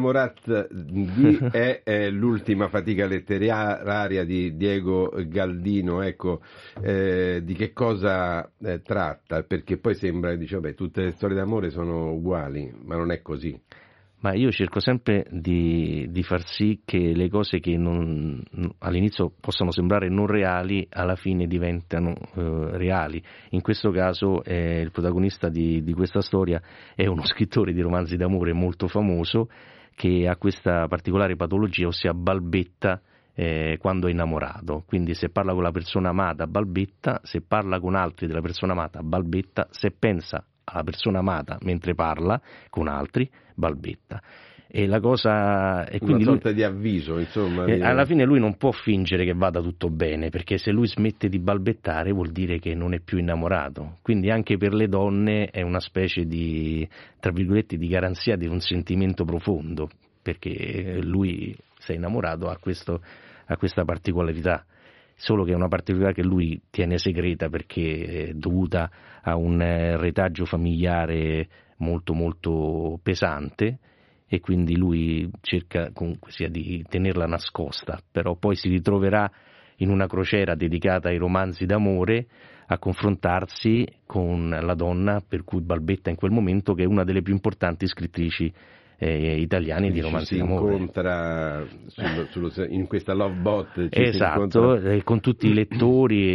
[SPEAKER 2] l'ultima fatica letteraria di Diego Galdino, ecco, di che cosa tratta? Perché poi sembra, dice, vabbè, tutte le storie d'amore sono uguali, ma non è così.
[SPEAKER 14] Ma io cerco sempre di far sì che le cose che all'inizio possano sembrare non reali, alla fine diventano reali. In questo caso il protagonista di questa storia è uno scrittore di romanzi d'amore molto famoso, che ha questa particolare patologia, ossia balbetta quando è innamorato. Quindi se parla con la persona amata balbetta, se parla con altri della persona amata balbetta, se pensa alla persona amata mentre parla con altri balbetta. E la cosa è quindi
[SPEAKER 2] una sorta di avviso, insomma.
[SPEAKER 14] Alla fine lui non può fingere che vada tutto bene, perché se lui smette di balbettare vuol dire che non è più innamorato. Quindi anche per le donne è una specie di, tra virgolette, di garanzia di un sentimento profondo, perché lui, se è innamorato, ha questa particolarità. Solo che è una particolarità che lui tiene segreta, perché è dovuta a un retaggio familiare molto molto pesante, e quindi lui cerca comunque sia di tenerla nascosta, però poi si ritroverà in una crociera dedicata ai romanzi d'amore a confrontarsi con la donna per cui balbetta in quel momento, che è una delle più importanti scrittrici italiani di romanzi d'amore.
[SPEAKER 2] Si incontra in questa Love Bot.
[SPEAKER 14] Esatto, con tutti i lettori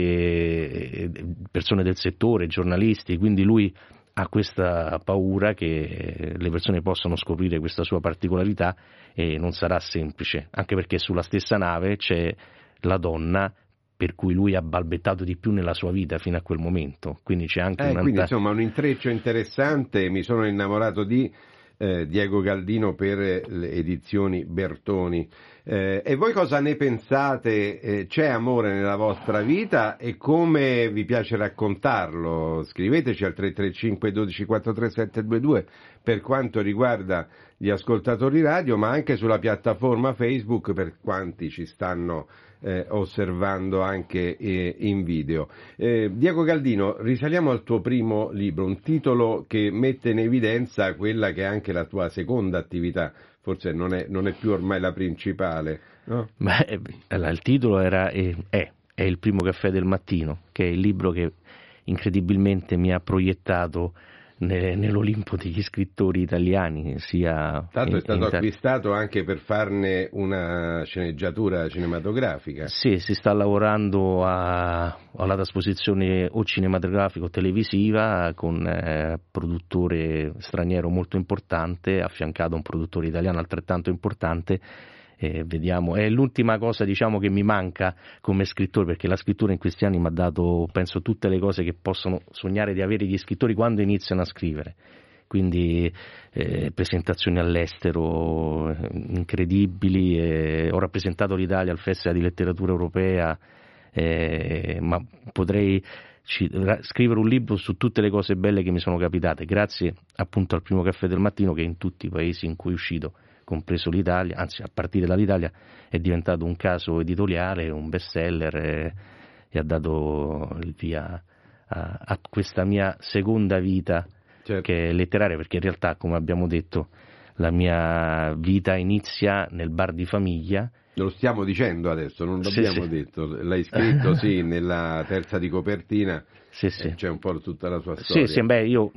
[SPEAKER 14] e persone del settore, giornalisti, quindi lui ha questa paura che le persone possano scoprire questa sua particolarità, e non sarà semplice, anche perché sulla stessa nave c'è la donna per cui lui ha balbettato di più nella sua vita fino a quel momento, quindi c'è anche
[SPEAKER 2] quindi insomma un intreccio interessante. Mi sono innamorato di Diego Galdino per le edizioni Bertoni. E voi cosa ne pensate? C'è amore nella vostra vita e come vi piace raccontarlo? Scriveteci al 335 12 43 722 per quanto riguarda gli ascoltatori radio, ma anche sulla piattaforma Facebook per quanti ci stanno osservando anche in video. Diego Galdino, risaliamo al tuo primo libro, un titolo che mette in evidenza quella che è anche la tua seconda attività, forse non è più ormai la principale, no?
[SPEAKER 14] Il titolo è Il primo caffè del mattino, che è il libro che incredibilmente mi ha proiettato nell'Olimpo degli scrittori italiani, sia
[SPEAKER 2] tanto è stato acquistato anche per farne una sceneggiatura cinematografica.
[SPEAKER 14] Sì, si sta lavorando alla trasposizione o cinematografica o televisiva con produttore straniero molto importante, affiancato a un produttore italiano altrettanto importante. Vediamo, è l'ultima cosa, diciamo, che mi manca come scrittore, perché la scrittura in questi anni mi ha dato, penso, tutte le cose che possono sognare di avere gli scrittori quando iniziano a scrivere, quindi presentazioni all'estero incredibili, ho rappresentato l'Italia al Festival di Letteratura Europea, ma potrei scrivere un libro su tutte le cose belle che mi sono capitate, grazie appunto al primo caffè del mattino, che in tutti i paesi in cui è uscito compreso l'Italia, anzi a partire dall'Italia è diventato un caso editoriale, un bestseller e ha dato il via a questa mia seconda vita, certo, che è letteraria, perché in realtà, come abbiamo detto, la mia vita inizia nel bar di famiglia.
[SPEAKER 2] Lo stiamo dicendo adesso, non l'abbiamo detto, l'hai scritto sì nella terza di copertina, c'è un po' tutta la sua storia.
[SPEAKER 14] Sì, beh, io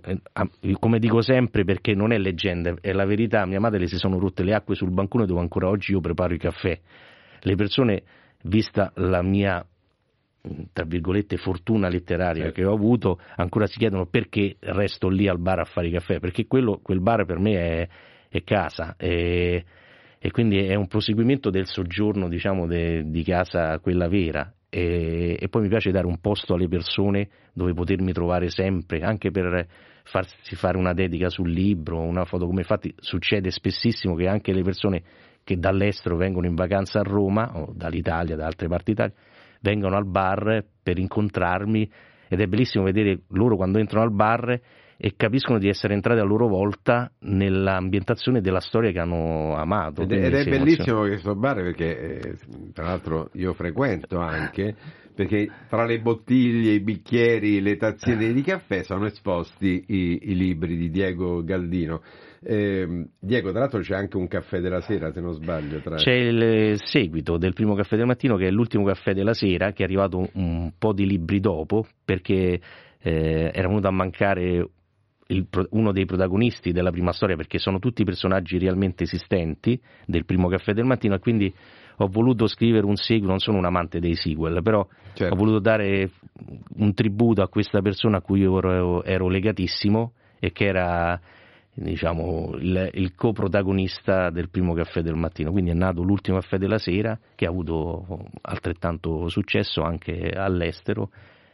[SPEAKER 14] come dico sempre, perché non è leggenda, è la verità, mia madre si sono rotte le acque sul bancone dove ancora oggi io preparo i caffè. Le persone, vista la mia, tra virgolette, fortuna letteraria che ho avuto, ancora si chiedono perché resto lì al bar a fare i caffè, perché quel bar per me è casa, e quindi è un proseguimento del soggiorno, diciamo, di casa, quella vera, e poi mi piace dare un posto alle persone dove potermi trovare sempre, anche per farsi fare una dedica sul libro, una foto, come infatti succede spessissimo che anche le persone che dall'estero vengono in vacanza a Roma o dall'Italia, da altre parti d'Italia, vengono al bar per incontrarmi, ed è bellissimo vedere loro quando entrano al bar e capiscono di essere entrati a loro volta nell'ambientazione della storia che hanno amato.
[SPEAKER 2] Ed è bellissimo questo bar, perché tra l'altro io frequento anche, perché tra le bottiglie, i bicchieri, le tazzine di caffè sono esposti i libri di Diego Galdino. Diego, tra l'altro c'è anche un caffè della sera, se non sbaglio.
[SPEAKER 14] C'è il seguito del primo caffè del mattino, che è l'ultimo caffè della sera, che è arrivato un po' di libri dopo, perché era venuto a mancare uno dei protagonisti della prima storia, perché sono tutti personaggi realmente esistenti del primo caffè del mattino, e quindi ho voluto scrivere un seguito. Non sono un amante dei sequel, però ho voluto dare un tributo a questa persona a cui io ero legatissimo e che era, diciamo, il coprotagonista del primo caffè del mattino. Quindi è nato l'ultimo caffè della sera, che ha avuto altrettanto successo anche all'estero,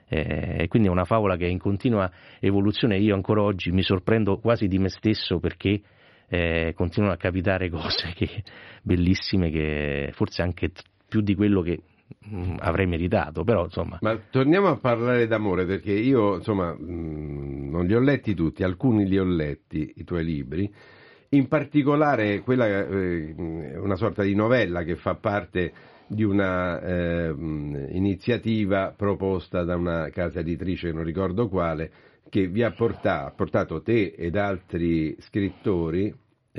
[SPEAKER 14] e quindi è una favola che è in continua evoluzione. Io ancora oggi mi sorprendo quasi di me stesso, perché continuano a capitare cose bellissime, che forse anche più di quello che avrei meritato, però insomma.
[SPEAKER 2] Ma torniamo a parlare d'amore, perché io insomma non li ho letti tutti, alcuni li ho letti, i tuoi libri, in particolare quella una sorta di novella che fa parte di una iniziativa proposta da una casa editrice, che non ricordo quale, che vi ha portato te ed altri scrittori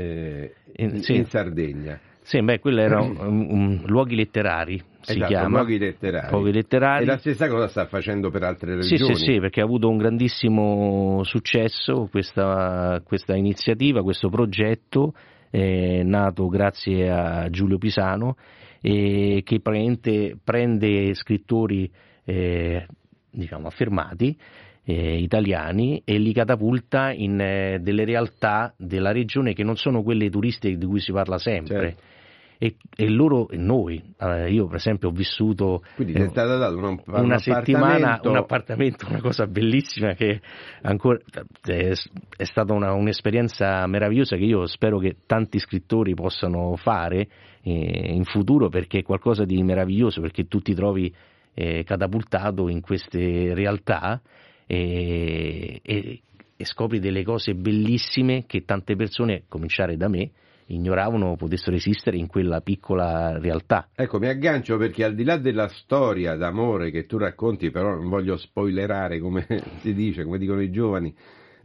[SPEAKER 2] in Sardegna.
[SPEAKER 14] Sì, beh, quello era Luoghi Letterari, si chiama.
[SPEAKER 2] Luoghi Letterari. E la stessa cosa sta facendo per altre regioni.
[SPEAKER 14] Sì, perché ha avuto un grandissimo successo questa iniziativa, questo progetto, nato grazie a Giulio Pisano, e che praticamente prende scrittori diciamo affermati, italiani, e li catapulta in delle realtà della regione che non sono quelle turistiche di cui si parla sempre. E loro e noi, io per esempio ho vissuto
[SPEAKER 2] è stato dato
[SPEAKER 14] una settimana, un appartamento, una cosa bellissima, che ancora è stata un'esperienza meravigliosa, che io spero che tanti scrittori possano fare in futuro, perché è qualcosa di meraviglioso, perché tu ti trovi catapultato in queste realtà e scopri delle cose bellissime che tante persone, a cominciare da me, ignoravano potessero esistere in quella piccola realtà.
[SPEAKER 2] Ecco, mi aggancio, perché al di là della storia d'amore che tu racconti, però non voglio spoilerare, come si dice, come dicono i giovani,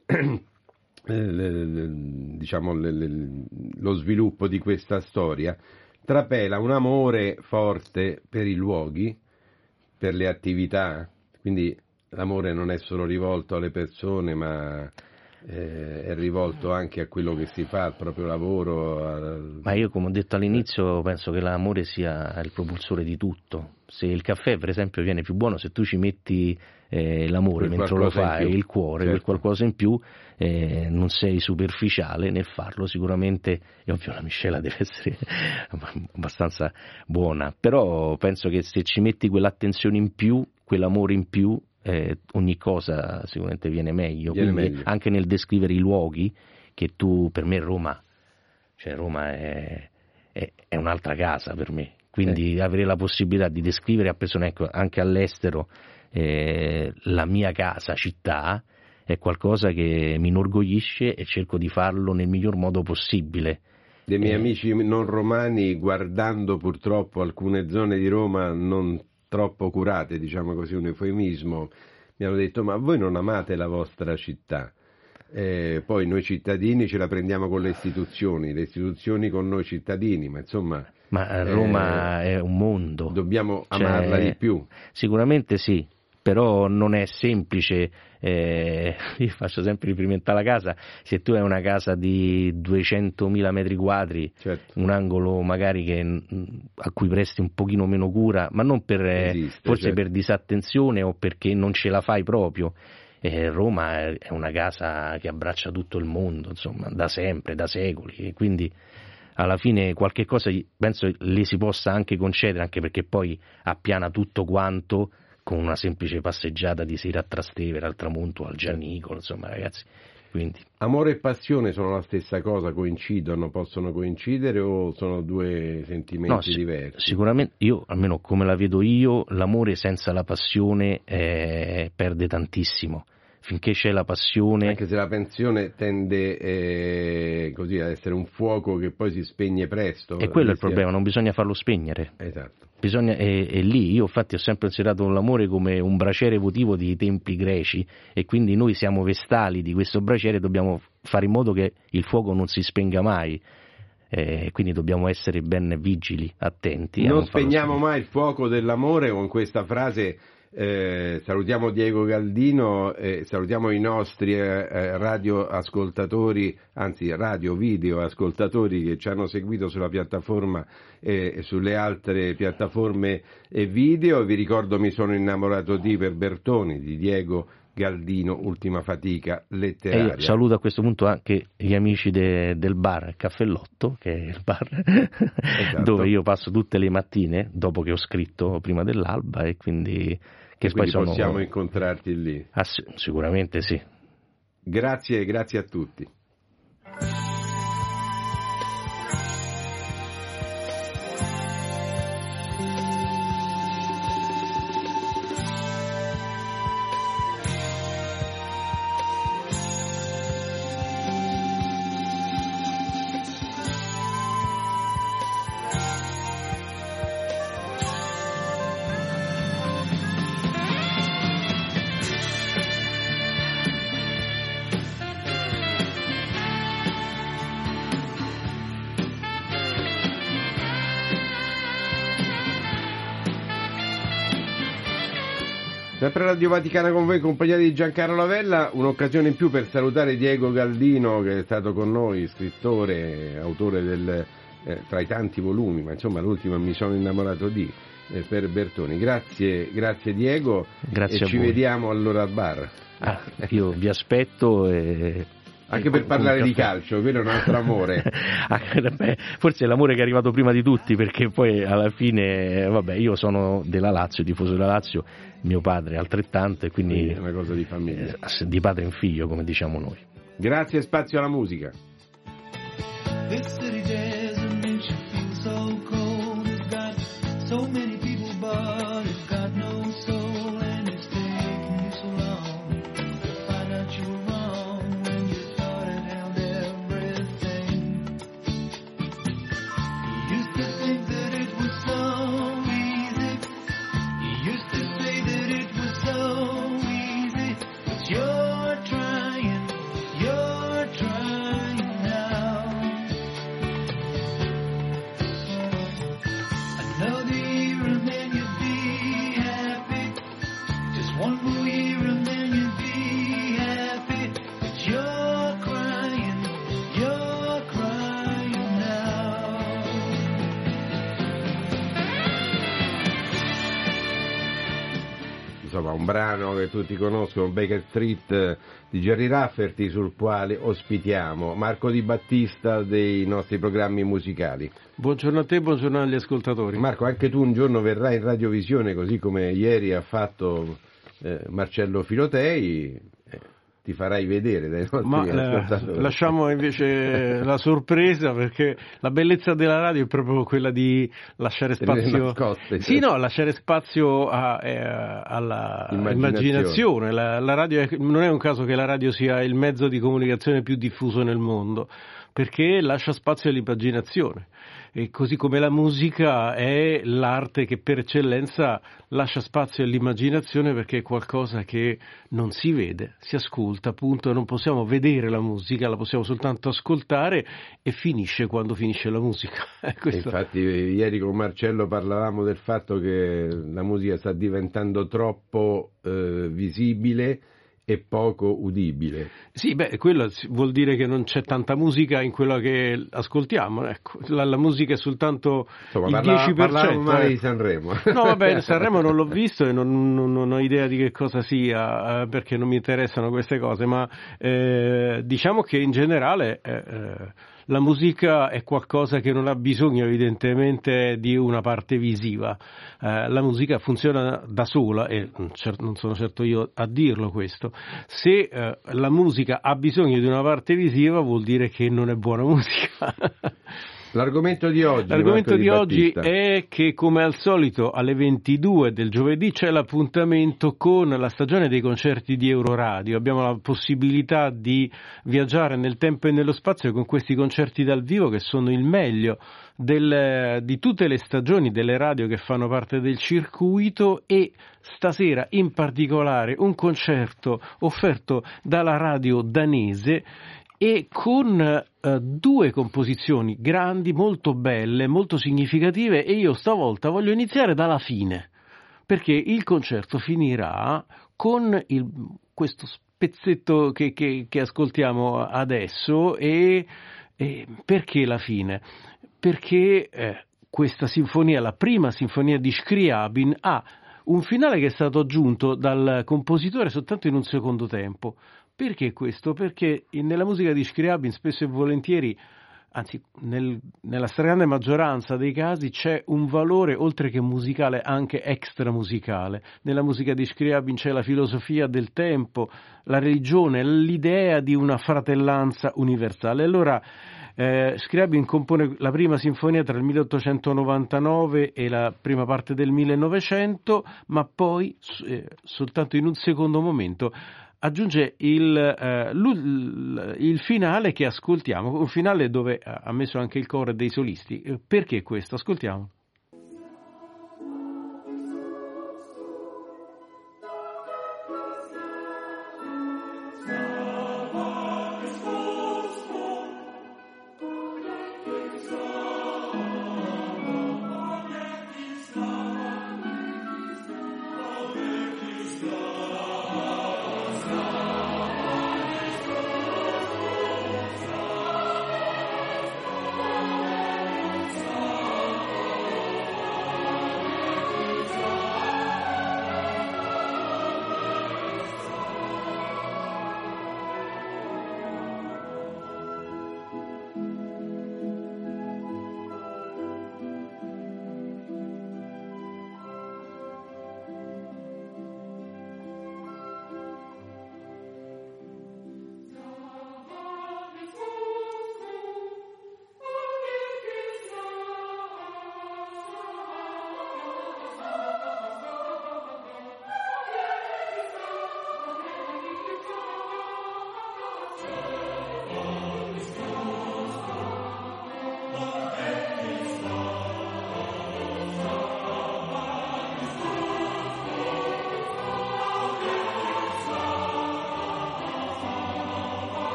[SPEAKER 2] diciamo lo sviluppo di questa storia, trapela un amore forte per i luoghi, per le attività, quindi l'amore non è solo rivolto alle persone, ma è rivolto anche a quello che si fa, al proprio lavoro.
[SPEAKER 14] Ma io, come ho detto all'inizio, penso che l'amore sia il propulsore di tutto. Se il caffè, per esempio, viene più buono se tu ci metti l'amore mentre lo fai, il cuore, quel qualcosa in più, non sei superficiale nel farlo. Sicuramente è ovvio, la miscela deve essere abbastanza buona, però penso che se ci metti quell'attenzione in più, quell'amore in più, ogni cosa sicuramente viene meglio. Quindi anche nel descrivere i luoghi, che tu, per me Roma è un'altra casa per me, quindi avere la possibilità di descrivere a persone, ecco, anche all'estero, la mia casa, città, è qualcosa che mi inorgoglisce, e cerco di farlo nel miglior modo possibile,
[SPEAKER 2] Dei miei amici non romani, guardando purtroppo alcune zone di Roma non troppo curate, diciamo così, un eufemismo, mi hanno detto: ma voi non amate la vostra città? Poi noi cittadini ce la prendiamo con le istituzioni con noi cittadini, ma insomma...
[SPEAKER 14] Ma Roma è un mondo.
[SPEAKER 2] Dobbiamo amarla di più.
[SPEAKER 14] Sicuramente sì, però non è semplice. Io faccio sempre riferimento alla casa. Se tu hai una casa di 200.000 metri quadri, certo, un angolo magari a cui presti un pochino meno cura, ma non per forse certo, per disattenzione o perché non ce la fai proprio. Roma è una casa che abbraccia tutto il mondo, insomma, da sempre, da secoli, e quindi alla fine qualche cosa penso le si possa anche concedere, anche perché poi appiana tutto quanto con una semplice passeggiata di sera a Trastevere, al tramonto, al Gianicolo, insomma, ragazzi. Quindi.
[SPEAKER 2] Amore e passione sono la stessa cosa, coincidono, possono coincidere o sono due sentimenti diversi?
[SPEAKER 14] Sicuramente, io, almeno come la vedo io, l'amore senza la passione perde tantissimo. Finché c'è la passione...
[SPEAKER 2] Anche se la passione tende così ad essere un fuoco che poi si spegne presto.
[SPEAKER 14] E quello è il problema, non bisogna farlo spegnere.
[SPEAKER 2] Esatto.
[SPEAKER 14] E lì io infatti ho sempre considerato l'amore come un braciere votivo dei templi greci, e quindi noi siamo vestali di questo braciere, dobbiamo fare in modo che il fuoco non si spenga mai, quindi dobbiamo essere ben vigili, attenti.
[SPEAKER 2] Non spegniamo mai il fuoco dell'amore. Con questa frase salutiamo Diego Galdino, salutiamo i nostri radioascoltatori, anzi radio video ascoltatori che ci hanno seguito sulla piattaforma e sulle altre piattaforme video. Vi ricordo Mi sono innamorato di per Bertoni, di Diego Galdino, Ultima fatica letteraria.
[SPEAKER 14] E io saluto a questo punto anche gli amici del bar Caffellotto, che è il bar esatto, dove io passo tutte le mattine dopo che ho scritto prima dell'alba, e quindi
[SPEAKER 2] poi possiamo incontrarti lì.
[SPEAKER 14] Sicuramente sì.
[SPEAKER 2] Grazie a tutti. Sempre Radio Vaticana con voi, in compagnia di Giancarlo Lavella, un'occasione in più per salutare Diego Galdino, che è stato con noi, scrittore, autore tra i tanti volumi, ma insomma l'ultimo Mi sono innamorato di per Bertoni. Grazie Diego.
[SPEAKER 14] Grazie
[SPEAKER 2] e ci vediamo allora al bar.
[SPEAKER 14] Io vi aspetto
[SPEAKER 2] anche per parlare di calcio, quello è un altro amore.
[SPEAKER 14] Forse è l'amore che è arrivato prima di tutti, perché poi alla fine, io sono della Lazio, tifoso della Lazio, mio padre altrettanto, e quindi
[SPEAKER 2] è una cosa di famiglia,
[SPEAKER 14] di padre in figlio, come diciamo noi.
[SPEAKER 2] Grazie, spazio alla musica. Un brano che tutti conoscono, Baker Street di Gerry Rafferty, sul quale ospitiamo Marco Di Battista dei nostri programmi musicali.
[SPEAKER 15] Buongiorno a te, buongiorno agli ascoltatori.
[SPEAKER 2] Marco, anche tu un giorno verrai in radiovisione, così come ieri ha fatto Marcello Filotei. Ti farai vedere dai nostri ascoltatori.
[SPEAKER 15] Lasciamo invece la sorpresa, perché la bellezza della radio è proprio quella di lasciare spazio lasciare spazio alla immaginazione. La radio non è un caso che la radio sia il mezzo di comunicazione più diffuso nel mondo, perché lascia spazio all'immaginazione, e così come la musica è l'arte che per eccellenza lascia spazio all'immaginazione, perché è qualcosa che non si vede, si ascolta, appunto. Non possiamo vedere la musica, la possiamo soltanto ascoltare, e finisce quando finisce la musica.
[SPEAKER 2] Infatti ieri con Marcello parlavamo del fatto che la musica sta diventando troppo visibile e poco udibile.
[SPEAKER 15] Sì, quello vuol dire che non c'è tanta musica in quello che ascoltiamo, ecco. La musica è soltanto il 10%.
[SPEAKER 2] Parlavamo male di Sanremo.
[SPEAKER 15] No, vabbè, Sanremo non l'ho visto e non ho idea di che cosa sia, perché non mi interessano queste cose, ma diciamo che in generale la musica è qualcosa che non ha bisogno evidentemente di una parte visiva. La musica funziona da sola, e non sono certo io a dirlo questo. Se la musica ha bisogno di una parte visiva, vuol dire che non è buona musica.
[SPEAKER 2] L'argomento di oggi
[SPEAKER 15] è che, come al solito, alle 22 del giovedì c'è l'appuntamento con la stagione dei concerti di Euroradio. Abbiamo la possibilità di viaggiare nel tempo e nello spazio con questi concerti dal vivo, che sono il meglio di tutte le stagioni delle radio che fanno parte del circuito, e stasera in particolare un concerto offerto dalla radio danese, e con due composizioni grandi, molto belle, molto significative. E io stavolta voglio iniziare dalla fine, perché il concerto finirà con questo pezzetto che ascoltiamo adesso. E perché la fine? Perché questa sinfonia, la prima sinfonia di Scriabin, ha un finale che è stato aggiunto dal compositore soltanto in un secondo tempo. Perché questo? Perché nella musica di Scriabin spesso e volentieri, anzi nella stragrande maggioranza dei casi, c'è un valore oltre che musicale anche extramusicale. Nella musica di Scriabin c'è la filosofia del tempo, la religione, l'idea di una fratellanza universale. Allora Scriabin compone la prima sinfonia tra il 1899 e la prima parte del 1900, ma poi soltanto in un secondo momento aggiunge il finale che ascoltiamo, un finale dove ha messo anche il coro dei solisti. Perché questo? Ascoltiamo.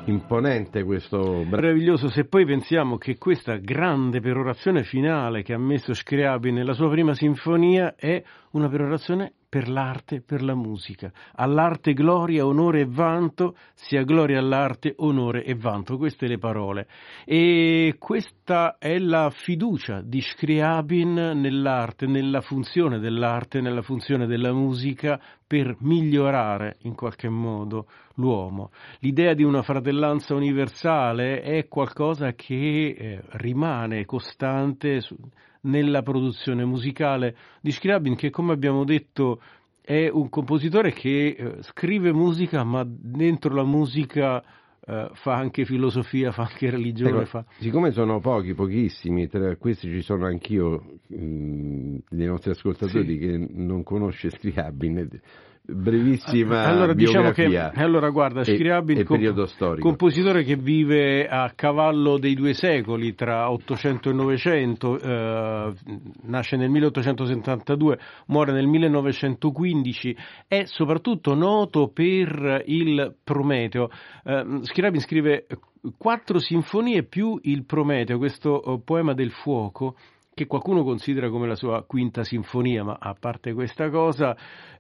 [SPEAKER 2] imponente questo
[SPEAKER 15] meraviglioso, se poi pensiamo che questa grande perorazione finale che ha messo Scriabin nella sua prima sinfonia è una perorazione per l'arte, per la musica. All'arte gloria, onore e vanto, sia gloria all'arte, onore e vanto. Queste le parole. E questa è la fiducia di Scriabin nell'arte, nella funzione dell'arte, nella funzione della musica per migliorare in qualche modo l'uomo. L'idea di una fratellanza universale è qualcosa che rimane costante nella produzione musicale di Scriabin, che, come abbiamo detto, è un compositore che scrive musica, ma dentro la musica fa anche filosofia, fa anche religione.
[SPEAKER 2] Ecco, siccome sono pochissimi, tra questi ci sono anch'io dei nostri ascoltatori sì, che non conosce Scriabin, brevissima
[SPEAKER 15] allora,
[SPEAKER 2] biografia.
[SPEAKER 15] Diciamo che, allora guarda, Scriabin,
[SPEAKER 2] periodo storico,
[SPEAKER 15] compositore che vive a cavallo dei due secoli, tra 800 e 900, nasce nel 1872, muore nel 1915, è soprattutto noto per il Prometeo. Scriabin scrive 4 sinfonie più il Prometeo, questo poema del fuoco, che qualcuno considera come la sua quinta sinfonia, ma a parte questa cosa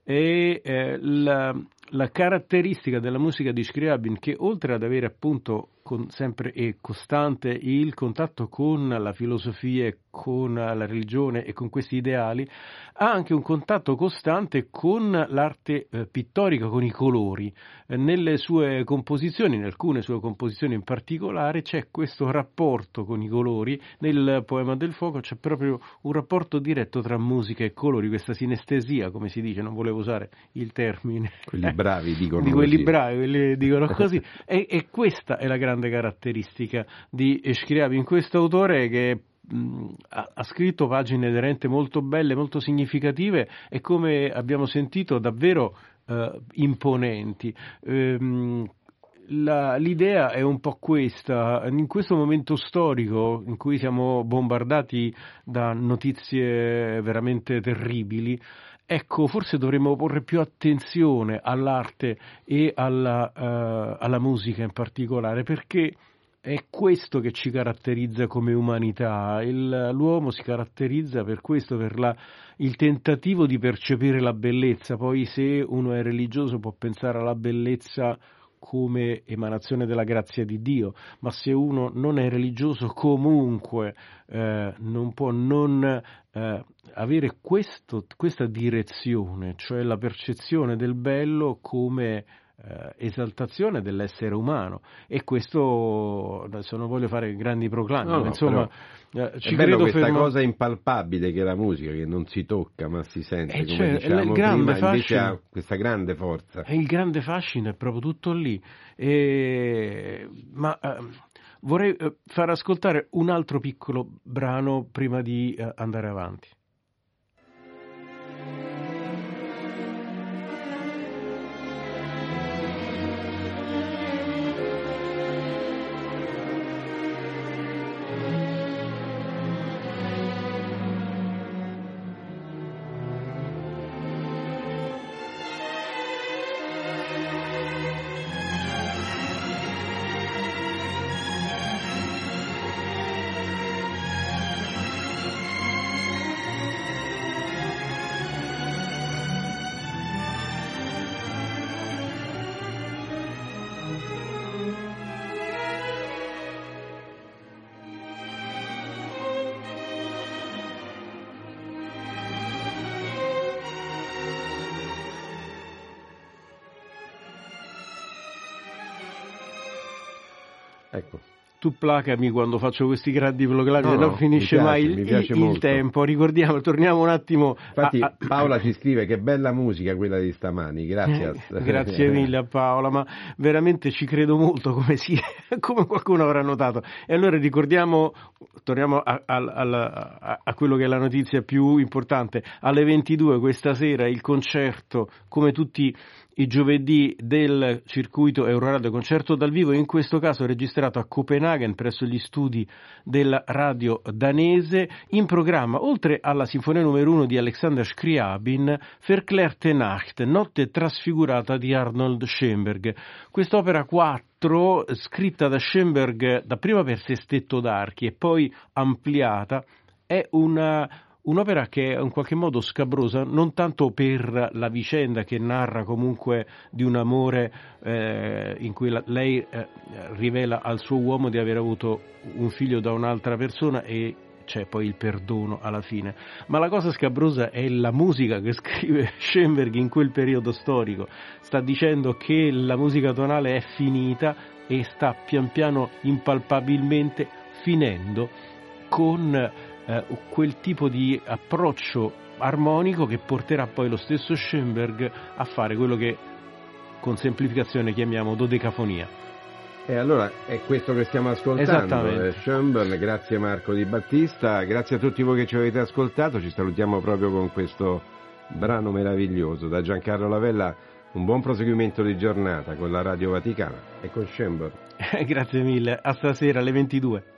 [SPEAKER 15] è la caratteristica della musica di Scriabin, che oltre ad avere appunto sempre e costante il contatto con la filosofia, con la religione e con questi ideali, ha anche un contatto costante con l'arte pittorica, con i colori. Nelle sue composizioni, in alcune sue composizioni in particolare, c'è questo rapporto con i colori. Nel poema del fuoco c'è proprio un rapporto diretto tra musica e colori, questa sinestesia, come si dice, non volevo usare il termine.
[SPEAKER 2] Quelli bravi dicono
[SPEAKER 15] di quelli
[SPEAKER 2] così.
[SPEAKER 15] Bravi, quelli dicono così. e questa è la grande caratteristica di Scriabin, questo autore che ha scritto pagine veramente molto belle, molto significative e, come abbiamo sentito, davvero imponenti. L'idea è un po' questa: in questo momento storico in cui siamo bombardati da notizie veramente terribili, ecco, forse dovremmo porre più attenzione all'arte e alla musica in particolare, perché è questo che ci caratterizza come umanità. L'uomo si caratterizza per questo, per il tentativo di percepire la bellezza. Poi, se uno è religioso, può pensare alla bellezza come emanazione della grazia di Dio, ma se uno non è religioso, comunque non può non avere questa direzione, cioè la percezione del bello come esaltazione dell'essere umano. E questo, adesso non voglio fare grandi proclami, ma insomma
[SPEAKER 2] ci credo questa cosa impalpabile che è la musica, che non si tocca ma si sente, come dicevamo prima, invece ha questa grande forza.
[SPEAKER 15] E il grande fascino è proprio tutto lì. Vorrei far ascoltare un altro piccolo brano prima di andare avanti.
[SPEAKER 2] Ecco.
[SPEAKER 15] Tu placami quando faccio questi grandi proclami, non finisce mai il tempo. Ricordiamo, torniamo un attimo.
[SPEAKER 2] Infatti Paola ci scrive: che bella musica quella di stamani, grazie.
[SPEAKER 15] Grazie mille a Paola, ma veramente ci credo molto, come qualcuno avrà notato. E allora torniamo a quello che è la notizia più importante. Alle 22 questa sera il concerto, come tutti i giovedì, del circuito Euroradio Concerto dal vivo, in questo caso registrato a Copenaghen presso gli studi della radio danese. In programma, oltre alla sinfonia numero 1 di Alexander Scriabin, Verklärte Nacht, notte trasfigurata di Arnold Schoenberg. Quest'opera 4 l'altro, scritta da Schoenberg dapprima per Sestetto d'archi e poi ampliata, è un'opera che è in qualche modo scabrosa, non tanto per la vicenda che narra comunque di un amore in cui lei rivela al suo uomo di aver avuto un figlio da un'altra persona e c'è poi il perdono alla fine, ma la cosa scabrosa è la musica che scrive Schoenberg in quel periodo storico. Sta dicendo che la musica tonale è finita e sta pian piano impalpabilmente finendo con quel tipo di approccio armonico che porterà poi lo stesso Schoenberg a fare quello che con semplificazione chiamiamo dodecafonia.
[SPEAKER 2] E allora è questo che stiamo ascoltando, Schoenberg. Grazie Marco Di Battista, grazie a tutti voi che ci avete ascoltato, ci salutiamo proprio con questo brano meraviglioso da Giancarlo Lavella. Un buon proseguimento di giornata con la Radio Vaticana e con Schoenberg.
[SPEAKER 15] Grazie mille, a stasera alle 22.